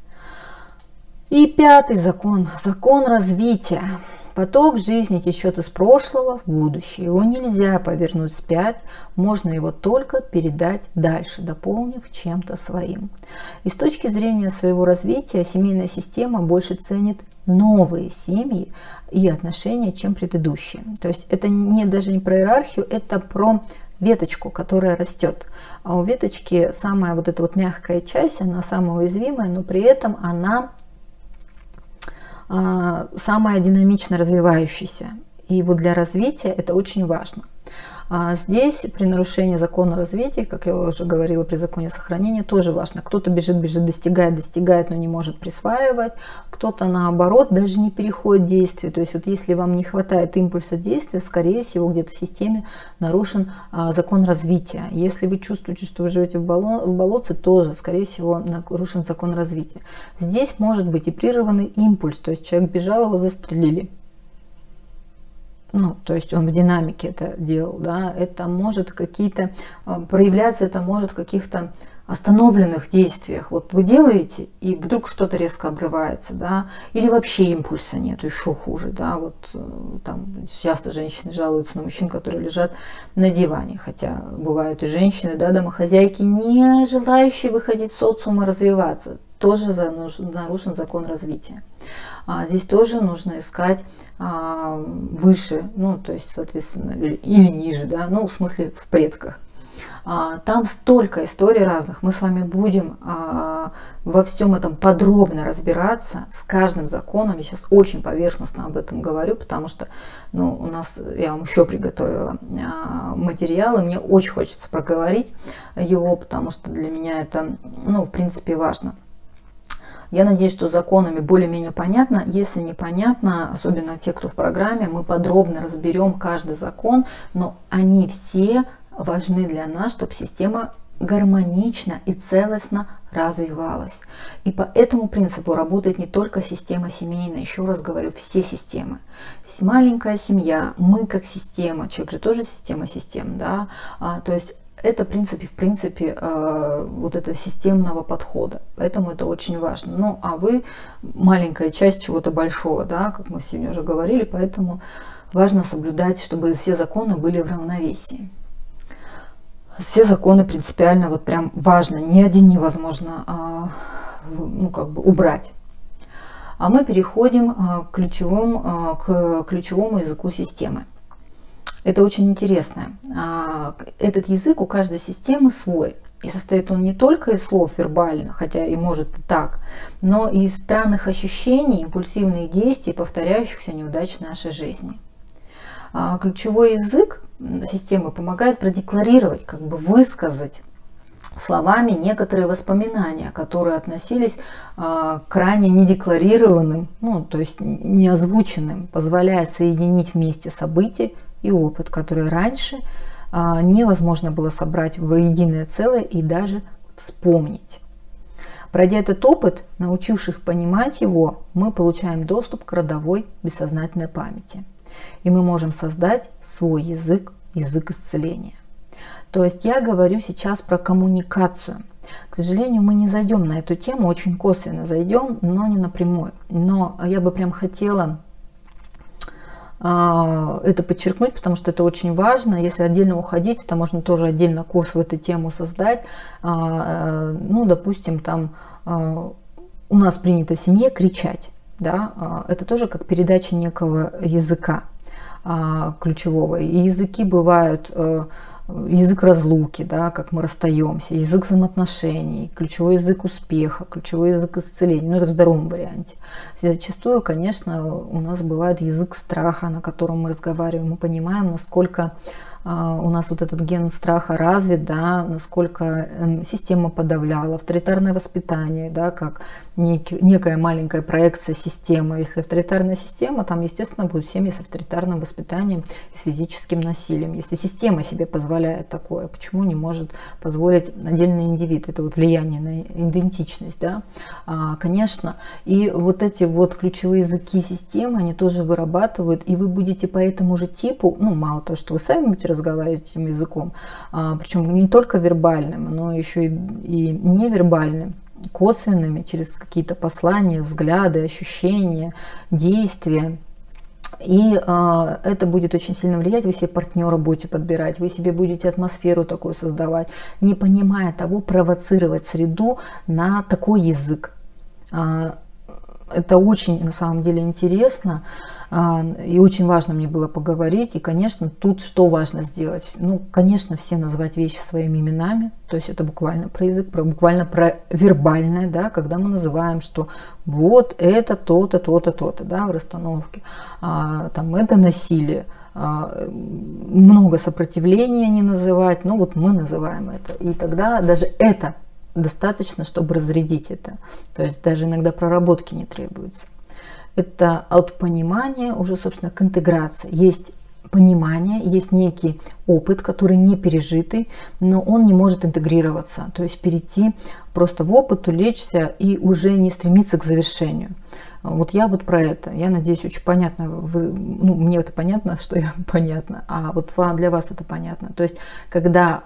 И пятый закон, закон развития. Поток жизни течет из прошлого в будущее. Его нельзя повернуть вспять, можно его только передать дальше, дополнив чем-то своим. И с точки зрения своего развития семейная система больше ценит новые семьи и отношения, чем предыдущие. То есть это не, даже не про иерархию, это про веточку, которая растет. А у веточки самая вот эта вот мягкая часть, она самая уязвимая, но при этом она самая динамично развивающаяся. И вот для развития это очень важно. А здесь при нарушении закона развития, как я уже говорила, при законе сохранения тоже важно. Кто-то бежит, бежит, достигает, достигает, но не может присваивать. Кто-то наоборот даже не переходит действие. То есть вот если вам не хватает импульса действия, скорее всего где-то в системе нарушен а, закон развития. Если вы чувствуете, что вы живете в, боло, в болотце, тоже скорее всего нарушен закон развития. Здесь может быть и прерванный импульс. То есть человек бежал, его застрелили. Ну, то есть он в динамике это делал, да, это может какие-то проявляться, это может в каких-то остановленных действиях. Вот вы делаете, и вдруг что-то резко обрывается, да, или вообще импульса нет, еще хуже, да, вот там часто женщины жалуются на мужчин, которые лежат на диване, хотя бывают и женщины, да, домохозяйки, не желающие выходить в социум и развиваться, тоже нарушен закон развития. А здесь тоже нужно искать а, выше, ну, то есть, соответственно, или ниже, да, ну, в смысле, в предках. А, там столько историй разных, мы с вами будем а, во всем этом подробно разбираться, с каждым законом. Я сейчас очень поверхностно об этом говорю, потому что, ну, у нас, я вам еще приготовила а, материалы, мне очень хочется проговорить его, потому что для меня это, ну, в принципе, важно. Я надеюсь, что законами более-менее понятно. Если непонятно, особенно те, кто в программе, мы подробно разберем каждый закон, но они все важны для нас, чтобы система гармонично и целостно развивалась. И по этому принципу работает не только система семейная, еще раз говорю, все системы. Маленькая семья, мы как система, человек же тоже система систем, да, а, то есть это, в принципе, в принципе, э, вот это системного подхода. Поэтому это очень важно. Ну, а вы маленькая часть чего-то большого, да, как мы сегодня уже говорили, поэтому важно соблюдать, чтобы все законы были в равновесии. Все законы принципиально, вот прям важно, ни один невозможно, а, ну, как бы убрать. А мы переходим к ключевому, к ключевому языку системы. Это очень интересно. Этот язык у каждой системы свой. И состоит он не только из слов вербально, хотя и может и так, но и из странных ощущений, импульсивных действий, повторяющихся неудач в нашей жизни. Ключевой язык системы помогает продекларировать, как бы высказать словами некоторые воспоминания, которые относились а, к ранее недекларированным, ну, то есть неозвученным, позволяя соединить вместе события и опыт, который раньше а, невозможно было собрать в единое целое и даже вспомнить. Пройдя этот опыт, научивших понимать его, мы получаем доступ к родовой бессознательной памяти. И мы можем создать свой язык, язык исцеления. То есть я говорю сейчас про коммуникацию. К сожалению, мы не зайдем на эту тему, очень косвенно зайдем, но не напрямую. Но я бы прям хотела э, это подчеркнуть, потому что это очень важно. Если отдельно уходить, то можно тоже отдельно курс в эту тему создать. Э, ну, допустим, там э, у нас принято в семье кричать. Да? Э, это тоже как передача некого языка. ключевого. И языки бывают язык разлуки, да, как мы расстаемся, язык взаимоотношений, ключевой язык успеха, ключевой язык исцеления, ну это в здоровом варианте. Зачастую, конечно, у нас бывает язык страха, на котором мы разговариваем, мы понимаем, насколько у нас вот этот ген страха развит, да, насколько система подавляла, авторитарное воспитание, да, как нек, некая маленькая проекция системы. Если авторитарная система, там, естественно, будут семьи с авторитарным воспитанием и с физическим насилием. Если система себе позволяет такое, почему не может позволить отдельный индивид? Это вот влияние на идентичность, да, а, конечно. И вот эти вот ключевые языки системы, они тоже вырабатывают, и вы будете по этому же типу, ну, мало того, что вы сами будете разговаривать этим языком, а, причем не только вербальным, но еще и, и невербальным, косвенными, через какие-то послания, взгляды, ощущения, действия. И а, это будет очень сильно влиять, вы себе партнера будете подбирать, вы себе будете атмосферу такую создавать, не понимая того, провоцировать среду на такой язык. А, это очень на самом деле интересно. И очень важно мне было поговорить. И, конечно, тут что важно сделать? Ну, конечно, все назвать вещи своими именами. То есть это буквально про язык, про, буквально про вербальное, да, когда мы называем, что вот это то-то, то-то, то-то, да, в расстановке. А, там это насилие. А, много сопротивления не называть. Ну, вот мы называем это. И тогда даже это достаточно, чтобы разрядить это. То есть даже иногда проработки не требуется. Это от понимания уже, собственно, к интеграции. Есть понимание, есть некий опыт, который не пережитый, но он не может интегрироваться. То есть перейти просто в опыт, улечься и уже не стремиться к завершению. Вот я вот про это. Я надеюсь, очень понятно. Вы, ну, мне это понятно, что я понятно, а вот для вас это понятно. То есть когда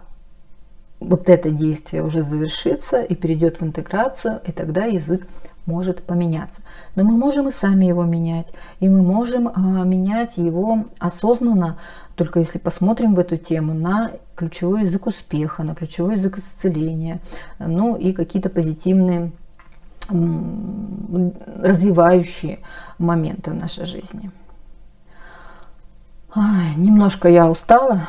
вот это действие уже завершится и перейдет в интеграцию, и тогда язык может поменяться. Но мы можем и сами его менять, и мы можем а, менять его осознанно, только если посмотрим в эту тему на ключевой язык успеха, на ключевой язык исцеления, ну и какие-то позитивные м, развивающие моменты в нашей жизни. Ай, немножко я устала,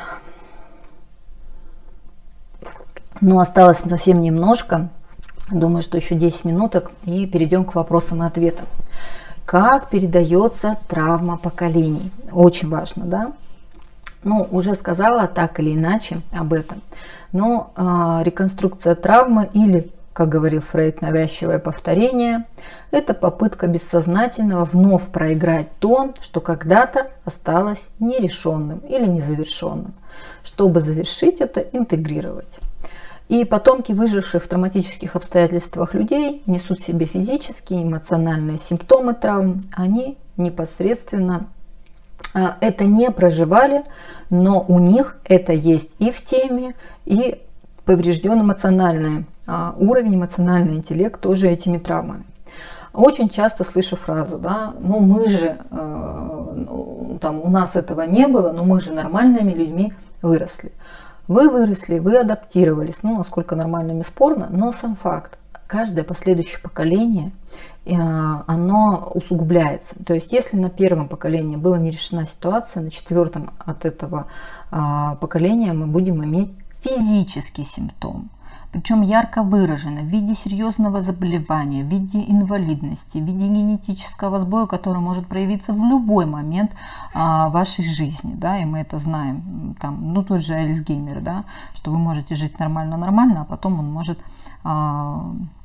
но осталось совсем немножко. Думаю, что еще десять минуток и перейдем к вопросам и ответам. Как передается травма поколений? Очень важно, да? Ну, уже сказала так или иначе об этом. Но э, реконструкция травмы или, как говорил Фрейд, навязчивое повторение, это попытка бессознательного вновь проиграть то, что когда-то осталось нерешенным или незавершенным, чтобы завершить это, интегрировать. И потомки выживших в травматических обстоятельствах людей несут в себе физические, эмоциональные симптомы травм. Они непосредственно а, это не проживали, но у них это есть и в теме, и поврежден эмоциональный а, уровень, эмоциональный интеллект тоже этими травмами. Очень часто слышу фразу, да, ну мы же, э, там, у нас этого не было, но мы же нормальными людьми выросли. Вы выросли, вы адаптировались, ну, насколько нормальными спорно, но сам факт, каждое последующее поколение, оно усугубляется. То есть, если на первом поколении была не решена ситуация, на четвертом от этого поколения мы будем иметь физический симптом. Причем ярко выражено в виде серьезного заболевания, в виде инвалидности, в виде генетического сбоя, который может проявиться в любой момент а, вашей жизни, да, и мы это знаем, там, ну, тот же Альцгеймер, да, что вы можете жить нормально-нормально, а потом он может а,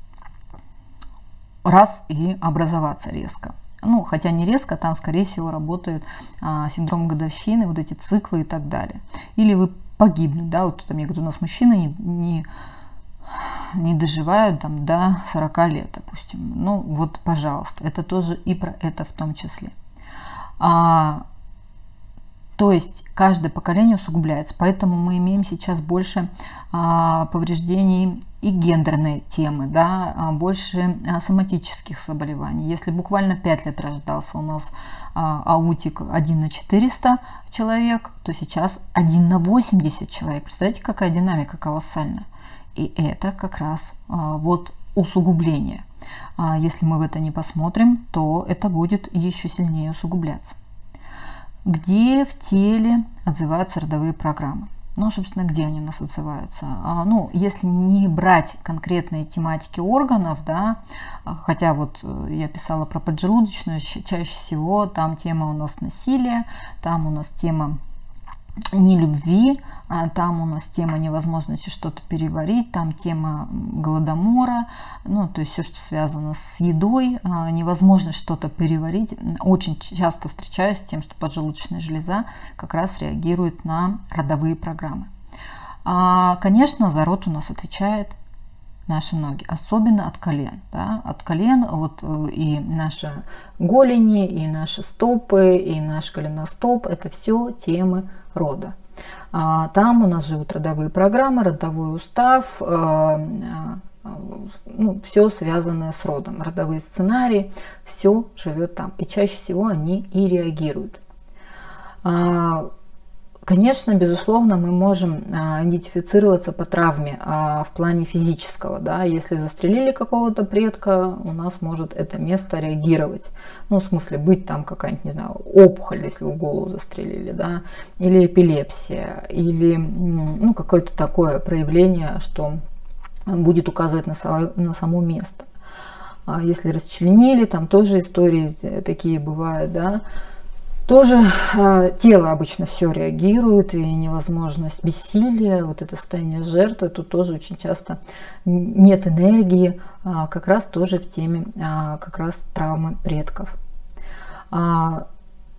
раз и образоваться резко. Ну, хотя не резко, там, скорее всего, работает а, синдром годовщины, вот эти циклы и так далее. Или вы погибнут, да, вот там, я говорю, у нас мужчины не... не не доживают там до сорока лет, допустим. Ну вот, пожалуйста, это тоже и про это в том числе. А, то есть каждое поколение усугубляется, поэтому мы имеем сейчас больше а, повреждений и гендерной темы, да, а, больше а, соматических заболеваний. Если буквально пять лет рождался у нас а, аутик один на четыреста человек, то сейчас один на восемьдесят человек. Представляете, какая динамика колоссальная. И это как раз а, вот усугубление. А если мы в это не посмотрим, то это будет еще сильнее усугубляться. где в теле отзываются родовые программы. Ну, собственно, где они у нас отзываются? А, ну, если не брать конкретные тематики органов, да, хотя вот я писала про поджелудочную, чаще всего там тема у нас насилия, там у нас тема нелюбви, там у нас тема невозможности что-то переварить, там тема голодомора, ну, то есть все, что связано с едой, невозможность что-то переварить. Очень часто встречаюсь с тем, что поджелудочная железа как раз реагирует на родовые программы. А, конечно, за род у нас отвечает наши ноги, особенно от колен. Да? От колен вот и наши голени, и наши стопы, и наш голеностоп – это все темы рода. А там у нас живут родовые программы, родовой устав, ну, все связанное с родом, родовые сценарии, все живет там. И чаще всего они и реагируют. Конечно, безусловно, мы можем а, идентифицироваться по травме а, в плане физического. Да? Если застрелили какого-то предка, у нас может это место реагировать. Ну, в смысле, быть там какая-нибудь, не знаю, опухоль, если вы голову застрелили, да? Или эпилепсия, или ну, какое-то такое проявление, что будет указывать на, само, на само место. А если расчленили, там тоже истории такие бывают, да? Тоже э, тело обычно все реагирует, и невозможность бессилия, вот это состояние жертвы, тут тоже очень часто нет энергии, э, как раз тоже в теме э, как раз травмы предков. А,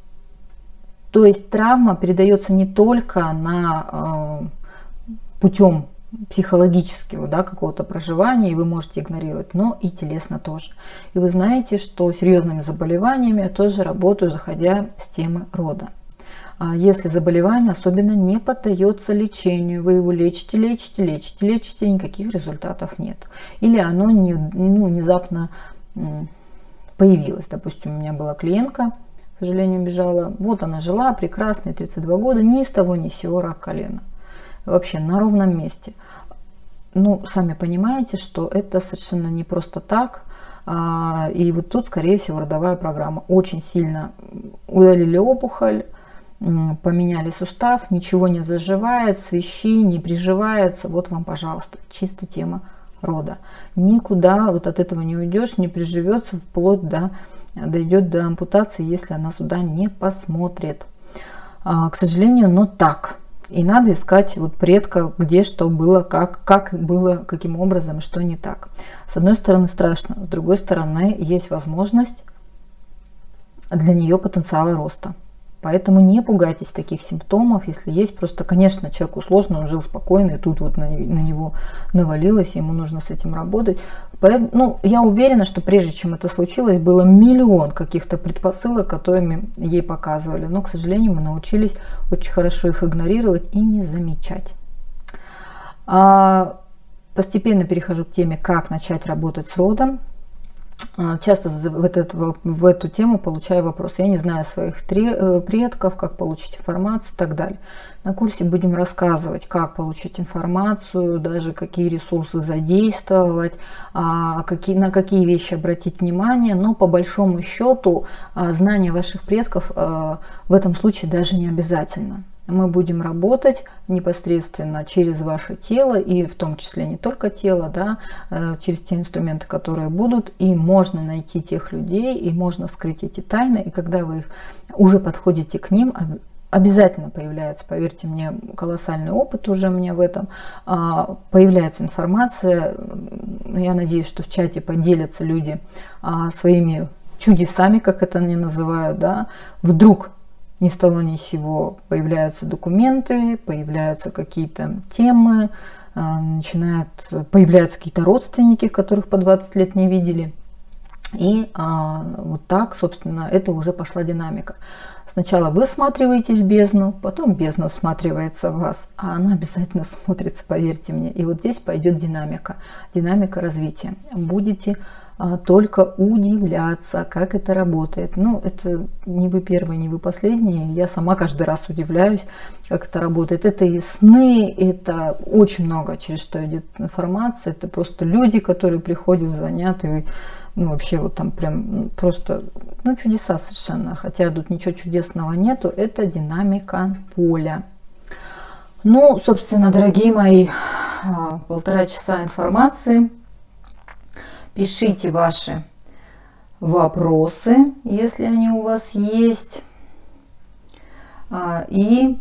то есть травма передается не только на э, путем психологического, да, какого-то проживания, и вы можете игнорировать, но и телесно тоже. И вы знаете, что серьезными заболеваниями я тоже работаю, заходя с темы рода. Если заболевание особенно не поддается лечению, вы его лечите, лечите, лечите, лечите, никаких результатов нет. Или оно не, ну, внезапно появилось. Допустим, у меня была клиентка, к сожалению, бежала. Вот она жила, прекрасная, тридцать два года, ни с того ни с сего рак колена. Вообще на ровном месте. Ну, сами понимаете, что это совершенно не просто так. И вот тут, скорее всего, родовая программа. Очень сильно удалили опухоль, поменяли сустав, ничего не заживает, свищи, не приживается. Вот вам, пожалуйста, чисто тема рода. Никуда вот от этого не уйдешь, не приживется, вплоть до, дойдет до ампутации, если она сюда не посмотрит. К сожалению, но так. И надо искать вот предка, где что было, как, как было, каким образом, что не так. С одной стороны страшно, с другой стороны есть возможность для нее потенциала роста. Поэтому не пугайтесь таких симптомов, если есть. Просто, конечно, человеку сложно, он жил спокойно, и тут вот на, на него навалилось, ему нужно с этим работать. Поэтому, ну, я уверена, что прежде чем это случилось, было миллион каких-то предпосылок, которыми ей показывали. Но, к сожалению, мы научились очень хорошо их игнорировать и не замечать. А постепенно перехожу к теме, как начать работать с родом. Часто в, этот, в эту тему получаю вопрос. Я не знаю своих предков, как получить информацию и так далее. На курсе будем рассказывать, как получить информацию, даже какие ресурсы задействовать, какие, на какие вещи обратить внимание. Но по большому счету знание ваших предков в этом случае даже не обязательно. Мы будем работать непосредственно через ваше тело, и в том числе не только тело, да, через те инструменты, которые будут, и можно найти тех людей, и можно вскрыть эти тайны, и когда вы уже подходите к ним, обязательно появляется, поверьте мне, колоссальный опыт уже у меня в этом, появляется информация. Я надеюсь, что в чате поделятся люди своими чудесами, как это они называют, да, вдруг ни с того ни с сего появляются документы, появляются какие-то темы, начинают, появляются какие-то родственники, которых по двадцать лет не видели. И а, вот так, собственно, это уже пошла динамика. Сначала вы всматриваетесь в бездну, потом бездна всматривается в вас, а она обязательно смотрится, поверьте мне. И вот здесь пойдет динамика, динамика развития. Будете только удивляться, как это работает. Ну, это не вы первые, не вы последние. Я сама каждый раз удивляюсь, как это работает. Это и сны, это очень много, через что идет информация. Это просто люди, которые приходят, звонят, и ну, вообще вот там прям просто, ну, чудеса совершенно. Хотя тут ничего чудесного нету. Это динамика поля. Ну, собственно, дорогие мои, полтора часа информации. Пишите ваши вопросы, если они у вас есть. И,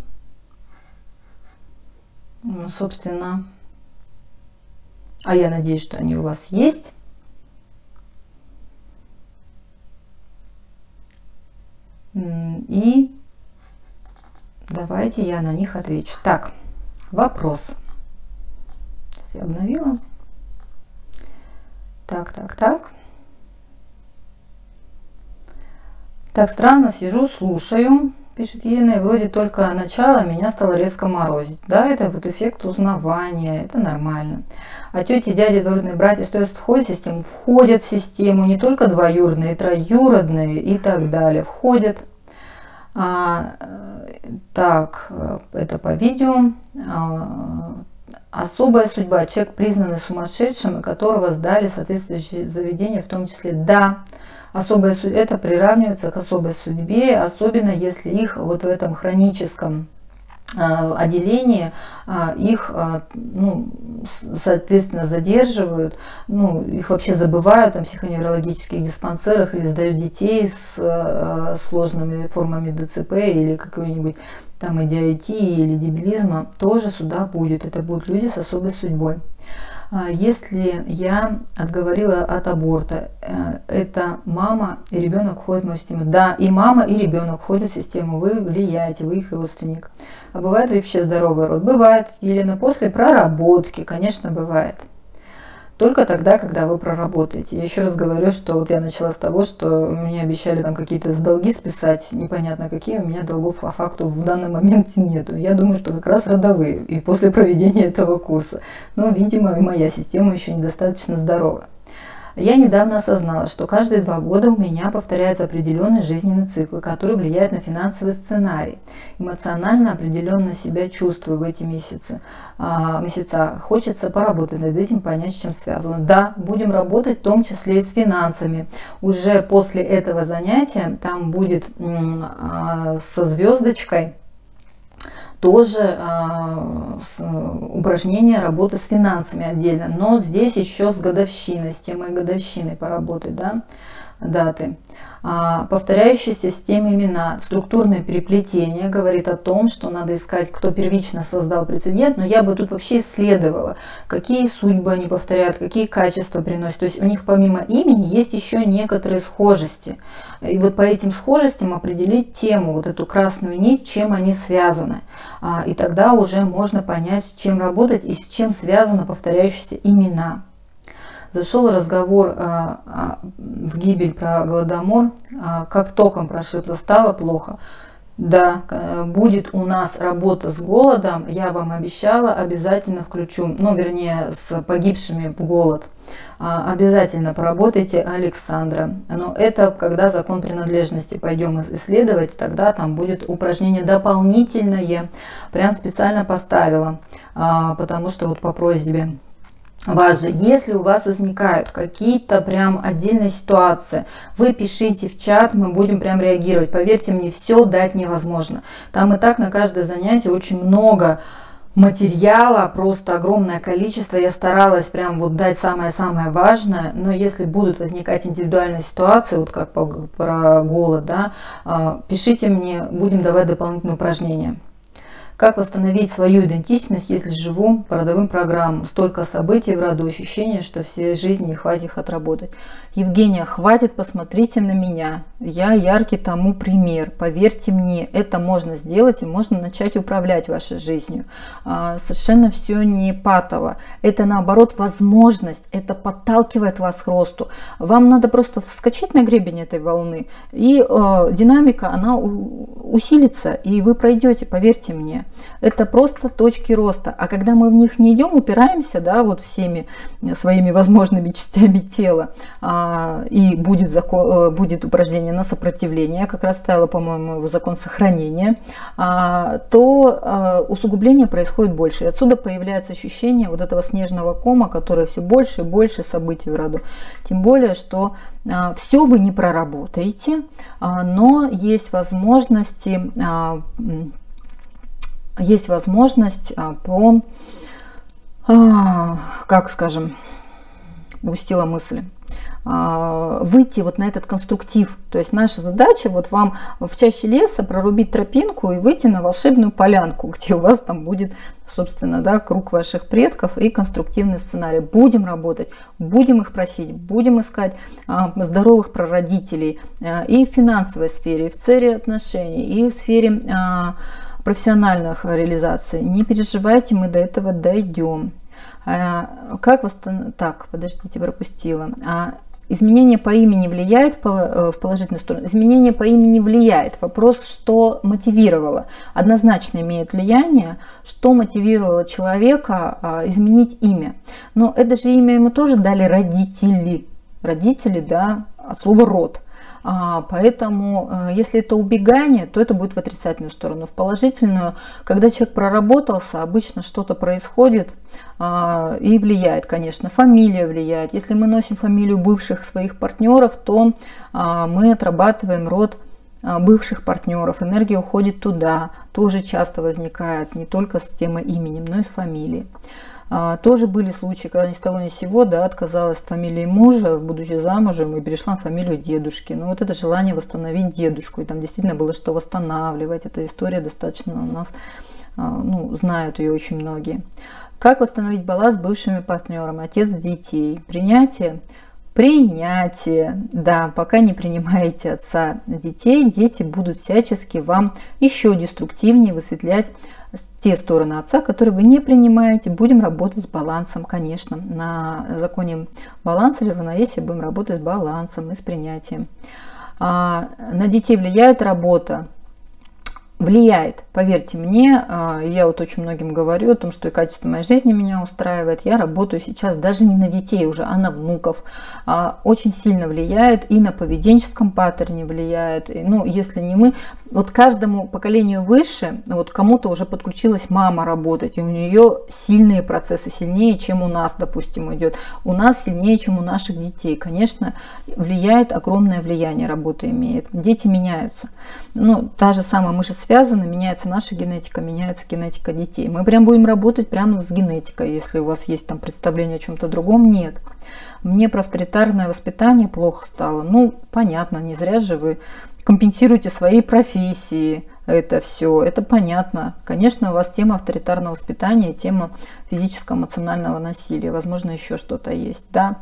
собственно, а я надеюсь, что они у вас есть. И давайте я на них отвечу. Так, вопрос. Сейчас я обновила. Так, так, так. Так, странно, сижу, слушаю, пишет Елена, и вроде только начало меня стало резко морозить. Да, это вот эффект узнавания, это нормально. А тети, дяди, двоюродные братья, стоят входят в систему, входят в систему, не только двоюродные, троюродные и так далее, входят. А, так, это по видео. А, особая судьба. Человек, признанный сумасшедшим, и которого сдали соответствующие заведения, в том числе. Да, особая судьба, это приравнивается к особой судьбе, особенно если их вот в этом хроническом э, отделении э, их, э, ну, соответственно, задерживают, ну, их вообще забывают там, в психоневрологических диспансерах или сдают детей с э, сложными формами ДЦП или какой-нибудь там идиотии или дебилизма, тоже сюда будет. Это будут люди с особой судьбой. Если я отговорила от аборта, это мама и ребенок входят в мою систему. Да, и мама, и ребенок входят в систему. Вы влияете, вы их родственник. А бывает вообще здоровый род? Бывает, Елена, после проработки, конечно, бывает. Только тогда, когда вы проработаете. Я еще раз говорю, что вот я начала с того, что мне обещали там какие-то долги списать, непонятно какие, у меня долгов по факту в данный момент нету. Я думаю, что как раз родовые, и после проведения этого курса. Но, видимо, и моя система еще недостаточно здорова. Я недавно осознала, что каждые два года у меня повторяется определенный жизненный цикл, который влияет на финансовый сценарий. Эмоционально определенно себя чувствую в эти месяцы. А, месяца. Хочется поработать над этим, понять, с чем связано. Да, будем работать в том числе и с финансами. Уже после этого занятия там будет а, со звездочкой тоже э, с, упражнение работы с финансами отдельно. Но здесь еще с годовщиной, с темой годовщины поработать, да, даты. А, повторяющиеся с тем имена, структурное переплетение говорит о том, что надо искать, кто первично создал прецедент, но я бы тут вообще исследовала, какие судьбы они повторяют, какие качества приносят. То есть у них помимо имени есть еще некоторые схожести. И вот по этим схожестям определить тему, вот эту красную нить, чем они связаны. А, и тогда уже можно понять, с чем работать и с чем связаны повторяющиеся имена. Зашел разговор а, а, в гибель про Голодомор, а, как током прошибло, стало плохо. Да, будет у нас работа с голодом, я вам обещала, обязательно включу, ну, вернее, с погибшими в голод. А, обязательно поработайте, Александра. Но это когда закон принадлежности пойдем исследовать, тогда там будет упражнение дополнительное, прям специально поставила, а, потому что вот по просьбе. Важно, если у вас возникают какие-то прям отдельные ситуации, вы пишите в чат, мы будем прям реагировать. Поверьте мне, все дать невозможно. Там и так на каждое занятие очень много материала, просто огромное количество. Я старалась прям вот дать самое-самое важное, но если будут возникать индивидуальные ситуации, вот как по, про голод, да, пишите мне, будем давать дополнительные упражнения. Как восстановить свою идентичность, если живу по родовым программам? Столько событий в роду, ощущение, что всей жизни не хватит их отработать. Евгения, хватит, посмотрите на меня. Я яркий тому пример. Поверьте мне, это можно сделать и можно начать управлять вашей жизнью. А, совершенно все не патово. Это наоборот возможность, это подталкивает вас к росту. Вам надо просто вскочить на гребень этой волны, и э, динамика, она усилится, и вы пройдете, поверьте мне. Это просто точки роста. А когда мы в них не идем, упираемся, да, вот всеми своими возможными частями тела, а, и будет, закон, будет упражнение на сопротивление, я как раз ставила, по-моему, его закон сохранения, а, то а, усугубление происходит больше. И отсюда появляется ощущение вот этого снежного кома, который все больше и больше событий в роду. Тем более, что а, все вы не проработаете, а, но есть возможности, а, есть возможность а, по, а, как скажем, упустила мысль, выйти вот на этот конструктив. То есть наша задача вот вам в чаще леса прорубить тропинку и выйти на волшебную полянку, где у вас там будет, собственно, да, круг ваших предков и конструктивный сценарий. Будем работать, будем их просить, будем искать а, здоровых прародителей а, и в финансовой сфере, и в сфере отношений, и в сфере а, профессиональных реализаций. Не переживайте, мы до этого дойдем. А, как восстановить? Так, подождите, пропустила. А, Изменение по имени влияет в положительную сторону? Изменение по имени влияет. Вопрос, что мотивировало. Однозначно имеет влияние, что мотивировало человека изменить имя. Но это же имя ему тоже дали родители. Родители, да, от слова род. Поэтому, если это убегание, то это будет в отрицательную сторону. В положительную, когда человек проработался, обычно что-то происходит и влияет, конечно. Фамилия влияет. Если мы носим фамилию бывших своих партнеров, то мы отрабатываем род бывших партнеров. Энергия уходит туда. Тоже часто возникает не только с темой именем, но и с фамилией. А, тоже были случаи, когда ни с того ни с сего, да, отказалась от фамилии мужа, будучи замужем, и перешла на фамилию дедушки. Но вот это желание восстановить дедушку, и там действительно было что восстанавливать. Эта история достаточно у нас, а, ну, знают ее очень многие. Как восстановить баланс с бывшими партнерами? Отец детей. Принятие. Принятие. Да, пока не принимаете отца детей, дети будут всячески вам еще деструктивнее высветлять те стороны отца, которые вы не принимаете. Будем работать с балансом, конечно. На законе баланса или равновесия будем работать с балансом и с принятием. А, на детей влияет работа. Влияет, поверьте мне, я вот очень многим говорю о том, что и качество моей жизни меня устраивает. Я работаю сейчас даже не на детей уже, а на внуков. Очень сильно влияет и на поведенческом паттерне влияет. Ну, если не мы, вот каждому поколению выше, вот кому-то уже подключилась мама работать, и у нее сильные процессы, сильнее, чем у нас, допустим, идет. У нас сильнее, чем у наших детей. Конечно, влияет, огромное влияние работа имеет. Дети меняются. Ну, та же самая, мы же связаны, меняется наша генетика, меняется генетика детей. Мы прям будем работать прямо с генетикой, если у вас есть там представление о чем-то другом, нет. Мне про авторитарное воспитание плохо стало. Ну, понятно, не зря же вы компенсируете своей профессии это все, это понятно. Конечно, у вас тема авторитарного воспитания, тема физического эмоционального насилия, возможно, еще что-то есть, да.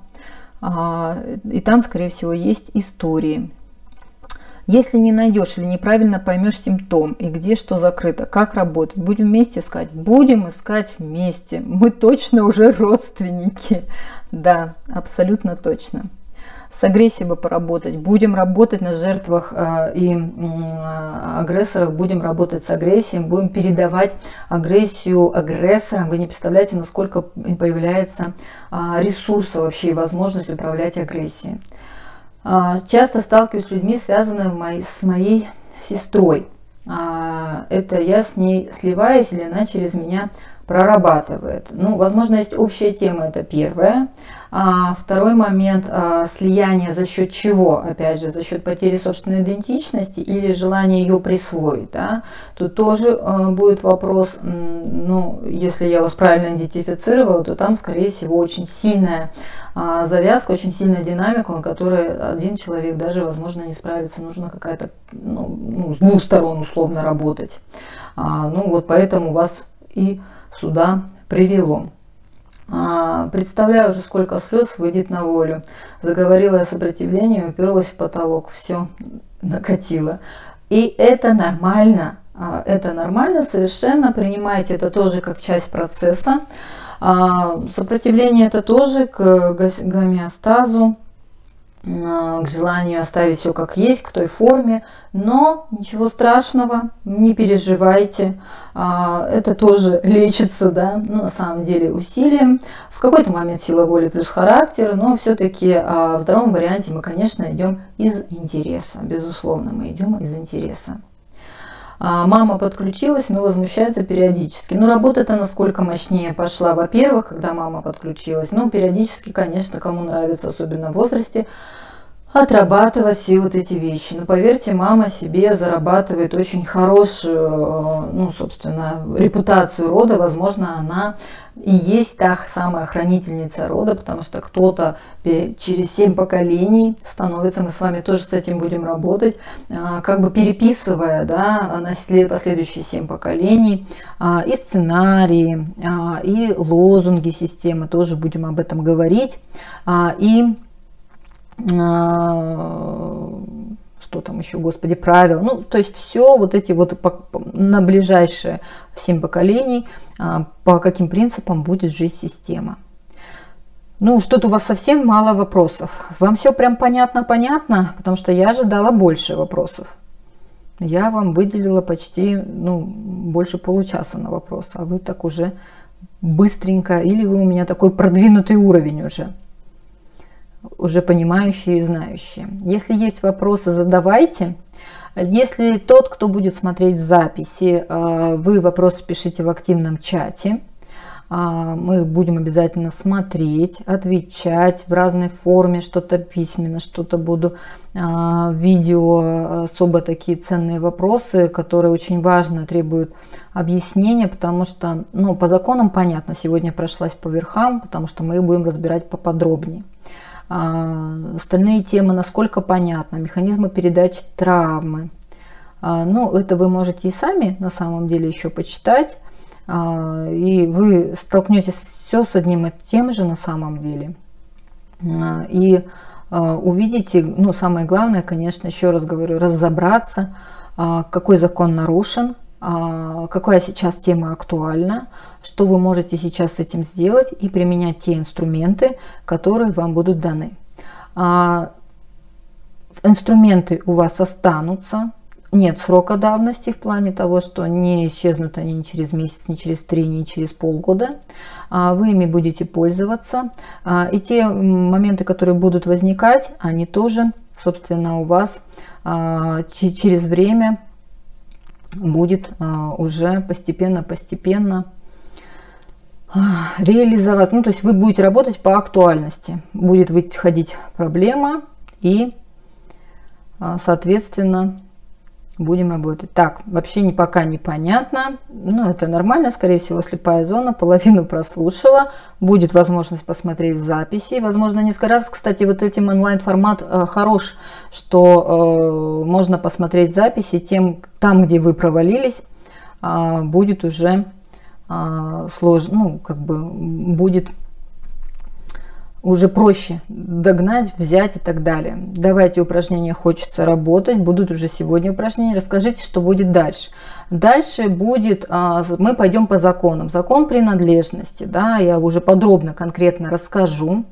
И там, скорее всего, есть истории. Если не найдешь или неправильно поймешь симптом и где что закрыто, как работать, будем вместе искать? Будем искать вместе. Мы точно уже родственники. Да, абсолютно точно. С агрессией бы поработать. Будем работать на жертвах э, и э, агрессорах, будем работать с агрессией, будем передавать агрессию агрессорам. Вы не представляете, насколько появляется э, ресурса вообще и возможность управлять агрессией. Часто сталкиваюсь с людьми, связанными с моей сестрой. Это я с ней сливаюсь или она через меня прорабатывает. Ну, возможно, есть общая тема, это первое. А второй момент, а, слияние за счет чего? Опять же, за счет потери собственной идентичности или желания ее присвоить. Да? Тут тоже а, будет вопрос, ну, если я вас правильно идентифицировала, то там, скорее всего, очень сильная а, завязка, очень сильная динамика, на которой один человек даже, возможно, не справится. Нужно какая-то, ну, ну, с двух сторон условно работать. А, ну, вот поэтому вас и сюда привело. А, представляю уже, сколько слез выйдет на волю. Заговорила о сопротивлении, уперлась в потолок. Все, накатило. И это нормально. А, это нормально, совершенно. Принимайте это тоже как часть процесса. А, сопротивление это тоже к гомеостазу. к желанию оставить все как есть, к той форме, но ничего страшного, не переживайте, это тоже лечится, да, ну, на самом деле усилием, в какой-то момент сила воли плюс характер, но все-таки в втором варианте мы, конечно, идем из интереса, безусловно, мы идем из интереса. Мама подключилась, но возмущается периодически. Ну, работа-то насколько мощнее пошла, во-первых, когда мама подключилась. Ну, периодически, конечно, кому нравится, особенно в возрасте, отрабатывать все вот эти вещи. Но поверьте, мама себе зарабатывает очень хорошую, ну, собственно, репутацию рода. Возможно, она и есть та самая хранительница рода, потому что кто-то через семь поколений становится, мы с вами тоже с этим будем работать, как бы переписывая, да, на последующие семь поколений и сценарии, и лозунги системы, тоже будем об этом говорить, и что там еще, господи, правила, ну, то есть все вот эти вот по, на ближайшие семь поколений, по каким принципам будет жить система. Ну, что-то у вас совсем мало вопросов. Вам все прям понятно-понятно, потому что я ожидала больше вопросов. Я вам выделила почти, ну, больше получаса на вопрос, а вы так уже быстренько, или вы у меня такой продвинутый уровень уже. Уже понимающие и знающие. Если есть вопросы, задавайте. Если тот, кто будет смотреть записи, вы вопросы пишите в активном чате. Мы будем обязательно смотреть, отвечать в разной форме, что-то письменно, что-то буду видео, особо такие ценные вопросы, которые очень важно, требуют объяснения, потому что, ну, по законам понятно, сегодня прошлась по верхам, потому что мы их будем разбирать поподробнее. Остальные темы насколько понятно, механизмы передачи травмы. Ну, это вы можете и сами на самом деле еще почитать, и вы столкнетесь все с одним и тем же на самом деле. И увидите, ну, самое главное, конечно, еще раз говорю, разобраться, какой закон нарушен, какая сейчас тема актуальна, что вы можете сейчас с этим сделать и применять те инструменты, которые вам будут даны. Инструменты у вас останутся, нет срока давности в плане того, что не исчезнут они ни через месяц, ни через три, ни через полгода. Вы ими будете пользоваться. И те моменты, которые будут возникать, они тоже, собственно, у вас через время будет уже постепенно-постепенно реализоваться. Ну, то есть вы будете работать по актуальности. Будет выходить проблема и, соответственно, будем работать. Так, вообще не, пока непонятно. Ну, это нормально, скорее всего, слепая зона. Половину прослушала. Будет возможность посмотреть записи. Возможно, несколько раз. Кстати, вот этим онлайн-формат э, хорош, что э, можно посмотреть записи. Тем, там, где вы провалились, э, будет уже э, сложно. Ну, как бы будет уже проще догнать, взять и так далее. Давайте упражнения, хочется работать. Будут уже сегодня упражнения. Расскажите, что будет дальше. Дальше будет, мы пойдем по законам. Закон принадлежности, да, я уже подробно, конкретно расскажу.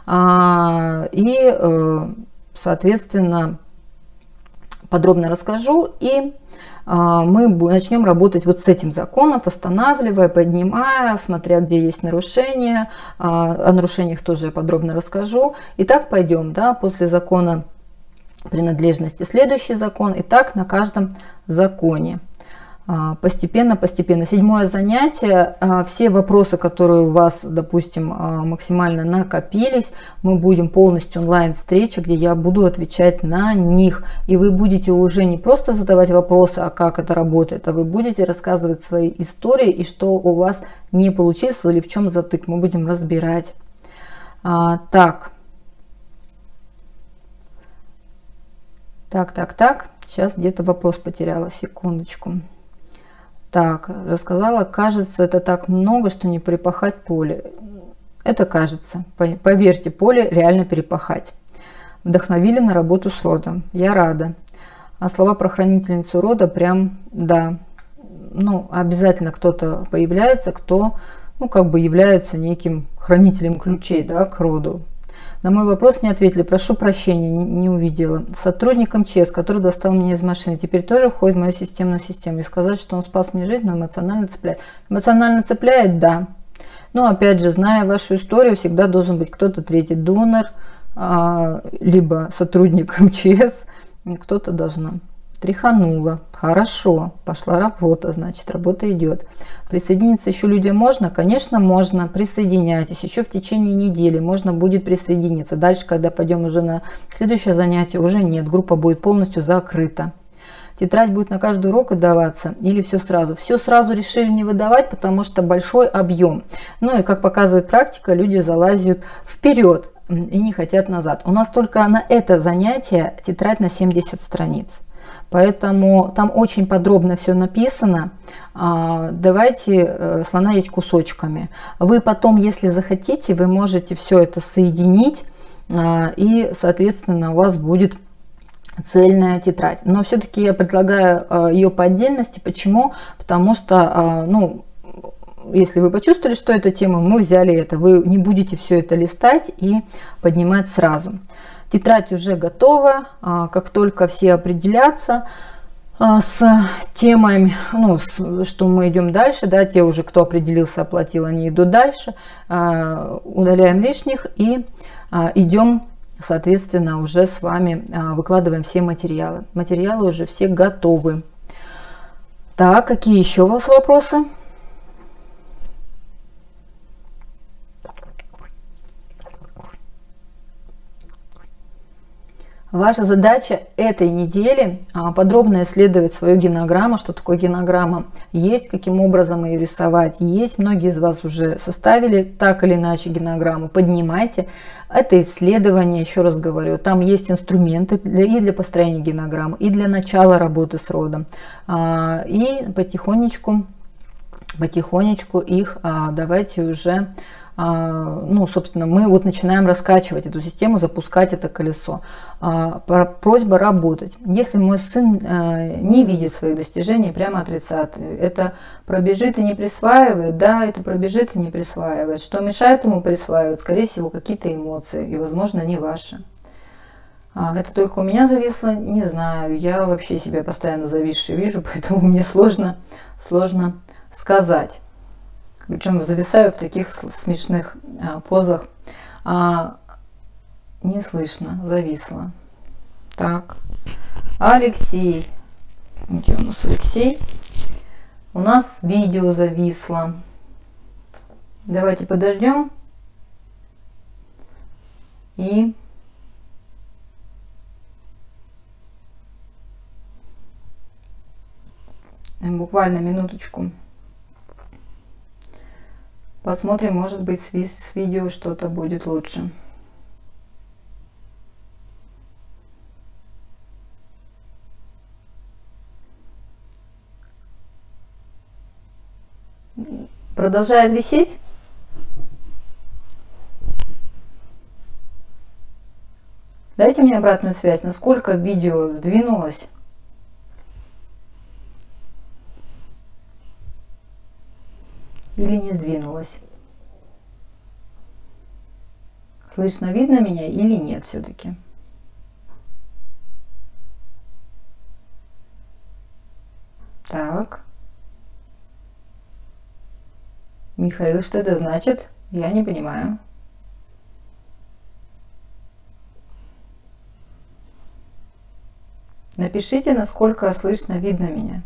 И, соответственно, подробно расскажу. И мы начнем работать вот с этим законом, восстанавливая, поднимая, смотря где есть нарушения. О нарушениях тоже я подробно расскажу. И так пойдем, да, после закона принадлежности следующий закон. И так на каждом законе. Постепенно, постепенно. Седьмое занятие. Все вопросы, которые у вас, допустим, максимально накопились, мы будем полностью онлайн-встреча, где я буду отвечать на них. И вы будете уже не просто задавать вопросы, а как это работает, а вы будете рассказывать свои истории и что у вас не получилось или в чем затык. Мы будем разбирать. А, так. Так, так, так. Сейчас где-то вопрос потеряла. Секундочку. Так, рассказала, кажется, это так много, что не перепахать поле. Это кажется. Поверьте, поле реально перепахать. Вдохновили на работу с родом. Я рада. А слова про хранительницу рода прям, да. Ну, обязательно кто-то появляется, кто, ну, как бы является неким хранителем ключей, да, к роду. На мой вопрос не ответили. Прошу прощения, не, не увидела. Сотрудник МЧС, который достал меня из машины, теперь тоже входит в мою системную систему. И сказать, что он спас мне жизнь, но эмоционально цепляет. Эмоционально цепляет, да. Но опять же, зная вашу историю, всегда должен быть кто-то третий донор, либо сотрудник МЧС, и кто-то должна. Тряханула. Хорошо. Пошла работа, значит, работа идет. Присоединиться еще людям можно? Конечно, можно. Присоединяйтесь. Еще в течение недели можно будет присоединиться. Дальше, когда пойдем уже на следующее занятие, уже нет. Группа будет полностью закрыта. Тетрадь будет на каждый урок отдаваться или все сразу? Все сразу решили не выдавать, потому что большой объем. Ну и как показывает практика, люди залазят вперед и не хотят назад. У нас только на это занятие тетрадь на семьдесят страниц. Поэтому там очень подробно все написано. Давайте, слона есть кусочками. Вы потом, если захотите, вы можете все это соединить, и, соответственно, у вас будет цельная тетрадь. Но все-таки я предлагаю ее по отдельности. Почему? Потому что, ну, если вы почувствовали, что это тема, мы взяли это. Вы не будете все это листать и поднимать сразу. Тетрадь уже готова. Как только все определятся с темами, ну, с, что мы идем дальше, да, те уже, кто определился, оплатил, они идут дальше. Удаляем лишних и идем, соответственно, уже с вами выкладываем все материалы. Материалы уже все готовы. Так, какие еще у вас вопросы? Ваша задача этой недели подробно исследовать свою генограмму, что такое генограмма есть, каким образом ее рисовать есть. Многие из вас уже составили так или иначе генограмму. Поднимайте. Это исследование, еще раз говорю, там есть инструменты для, и для построения генограммы, и для начала работы с родом. И потихонечку, потихонечку их давайте уже... Ну, собственно, мы вот начинаем раскачивать эту систему, запускать это колесо. Просьба работать. Если мой сын не видит своих достижений, прямо отрицает, это пробежит и не присваивает, да, это пробежит и не присваивает. Что мешает ему присваивать? Скорее всего, какие-то эмоции, и, возможно, не ваши. Это только у меня зависло, не знаю. Я вообще себя постоянно зависшей вижу, поэтому мне сложно, сложно сказать. Причем зависаю в таких смешных а, позах. А, не слышно, зависло. Так, Алексей. Где у нас Алексей? У нас видео зависло. Давайте подождем. И... буквально минуточку. Посмотрим, может быть, с, ви с видео что-то будет лучше. Продолжает висеть? Дайте мне обратную связь, насколько видео сдвинулось. Или не сдвинулась. Слышно, видно меня или нет все-таки? Так. Михаил, что это значит? Я не понимаю. Напишите, насколько слышно, видно меня.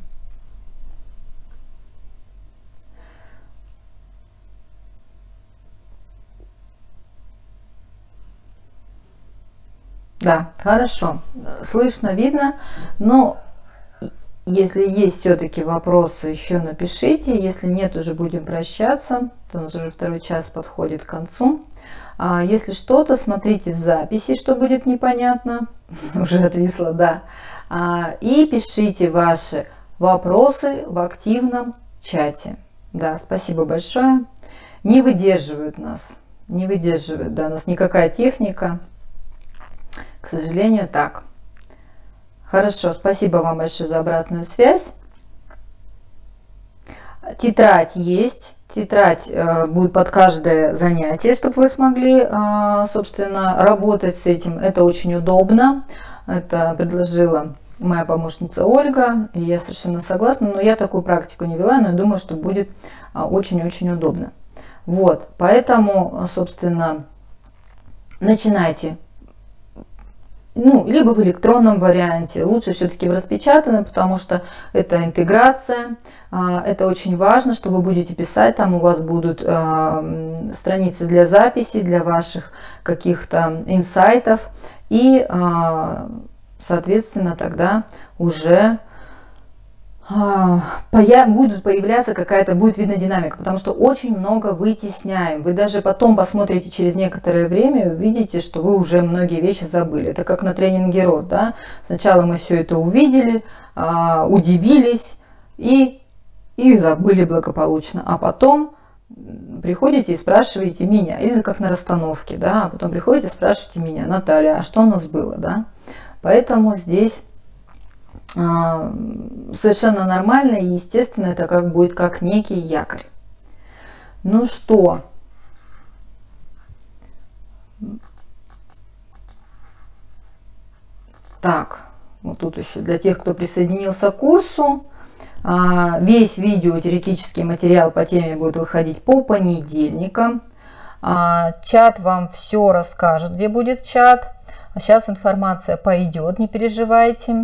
Да, хорошо. Слышно, видно. Но если есть все-таки вопросы, еще напишите. Если нет, уже будем прощаться. То у нас уже второй час подходит к концу. А если что-то, смотрите в записи, что будет непонятно. Уже отвисло, да. А, и пишите ваши вопросы в активном чате. Да, спасибо большое. Не выдерживают нас. Не выдерживают, да, нас никакая техника. К сожалению, так. Хорошо, спасибо вам большое за обратную связь. Тетрадь есть. Тетрадь э, будет под каждое занятие, чтобы вы смогли, э, собственно, работать с этим. Это очень удобно. Это предложила моя помощница Ольга, и я совершенно согласна. Но я такую практику не вела, но я думаю, что будет очень-очень удобно. Вот, поэтому, собственно, начинайте. Ну, либо в электронном варианте, лучше все-таки в распечатанном, потому что это интеграция, это очень важно, что вы будете писать, там у вас будут э, страницы для записи, для ваших каких-то инсайтов, и, э, соответственно, тогда уже будут появляться какая-то, будет видна динамика, потому что очень много вытесняем. Вы даже потом посмотрите через некоторое время и увидите, что вы уже многие вещи забыли. Это как на тренинге РОТ, да? Сначала мы все это увидели, удивились и, и забыли благополучно, а потом приходите и спрашиваете меня, или как на расстановке, да, а потом приходите и спрашиваете меня: Наталья, а что у нас было, да? Поэтому здесь совершенно нормально и естественно, это как будет как некий якорь. Ну что, так, вот тут еще для тех, кто присоединился к курсу, весь видео-теоретический материал по теме будет выходить по понедельникам. Чат вам все расскажет, где будет чат. Сейчас информация пойдет, не переживайте.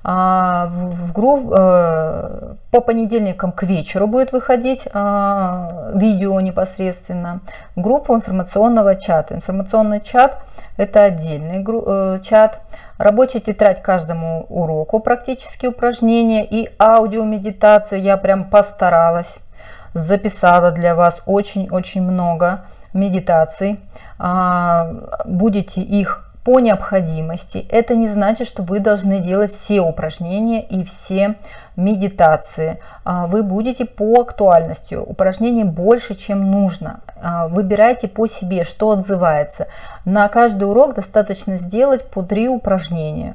А в, в групп, э, по понедельникам к вечеру будет выходить э, видео непосредственно в группу информационного чата. Информационный чат – это отдельный э, чат. Рабочая тетрадь каждому уроку, практически упражнения и аудиомедитация. Я прям постаралась, записала для вас очень-очень много медитаций. А, будете их по необходимости. Это не значит, что вы должны делать все упражнения и все медитации. Вы будете по актуальности. Упражнений больше, чем нужно. Выбирайте по себе, что отзывается. На каждый урок достаточно сделать по три упражнения.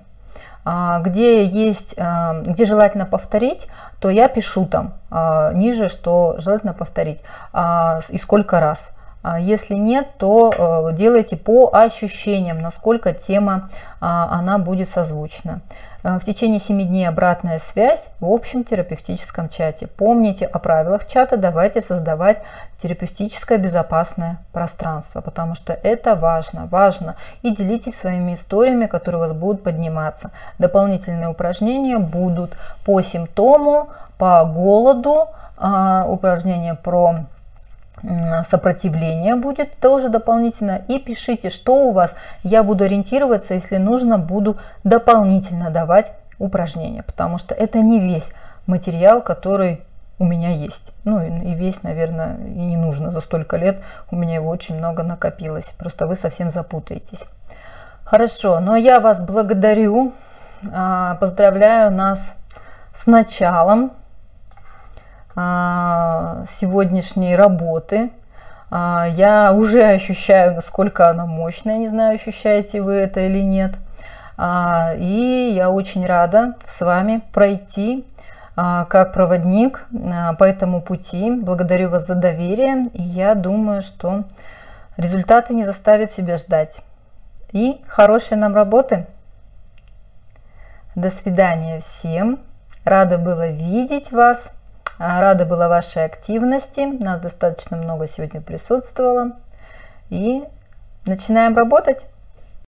Где есть, где желательно повторить, то я пишу там ниже, что желательно повторить и сколько раз. Если нет, то делайте по ощущениям, насколько тема она будет созвучна. В течение семи дней обратная связь в общем терапевтическом чате. Помните о правилах чата, давайте создавать терапевтическое безопасное пространство, потому что это важно, важно. И делитесь своими историями, которые у вас будут подниматься. Дополнительные упражнения будут по симптому, по голоду, упражнения про сопротивление будет тоже дополнительно. И пишите, что у вас. Я буду ориентироваться, если нужно, буду дополнительно давать упражнения, потому что это не весь материал, который у меня есть. Ну и весь, наверное, и не нужно за столько лет. У меня его очень много накопилось. Просто вы совсем запутаетесь. Хорошо, но я вас благодарю. Поздравляю нас с началом сегодняшней работы. Я уже ощущаю, насколько она мощная. Не знаю, ощущаете вы это или нет. И я очень рада с вами пройти как проводник по этому пути. Благодарю вас за доверие. И я думаю, что результаты не заставят себя ждать. И хорошей нам работы. До свидания всем. Рада была видеть вас. Рада была вашей активности. Нас достаточно много сегодня присутствовало. И начинаем работать.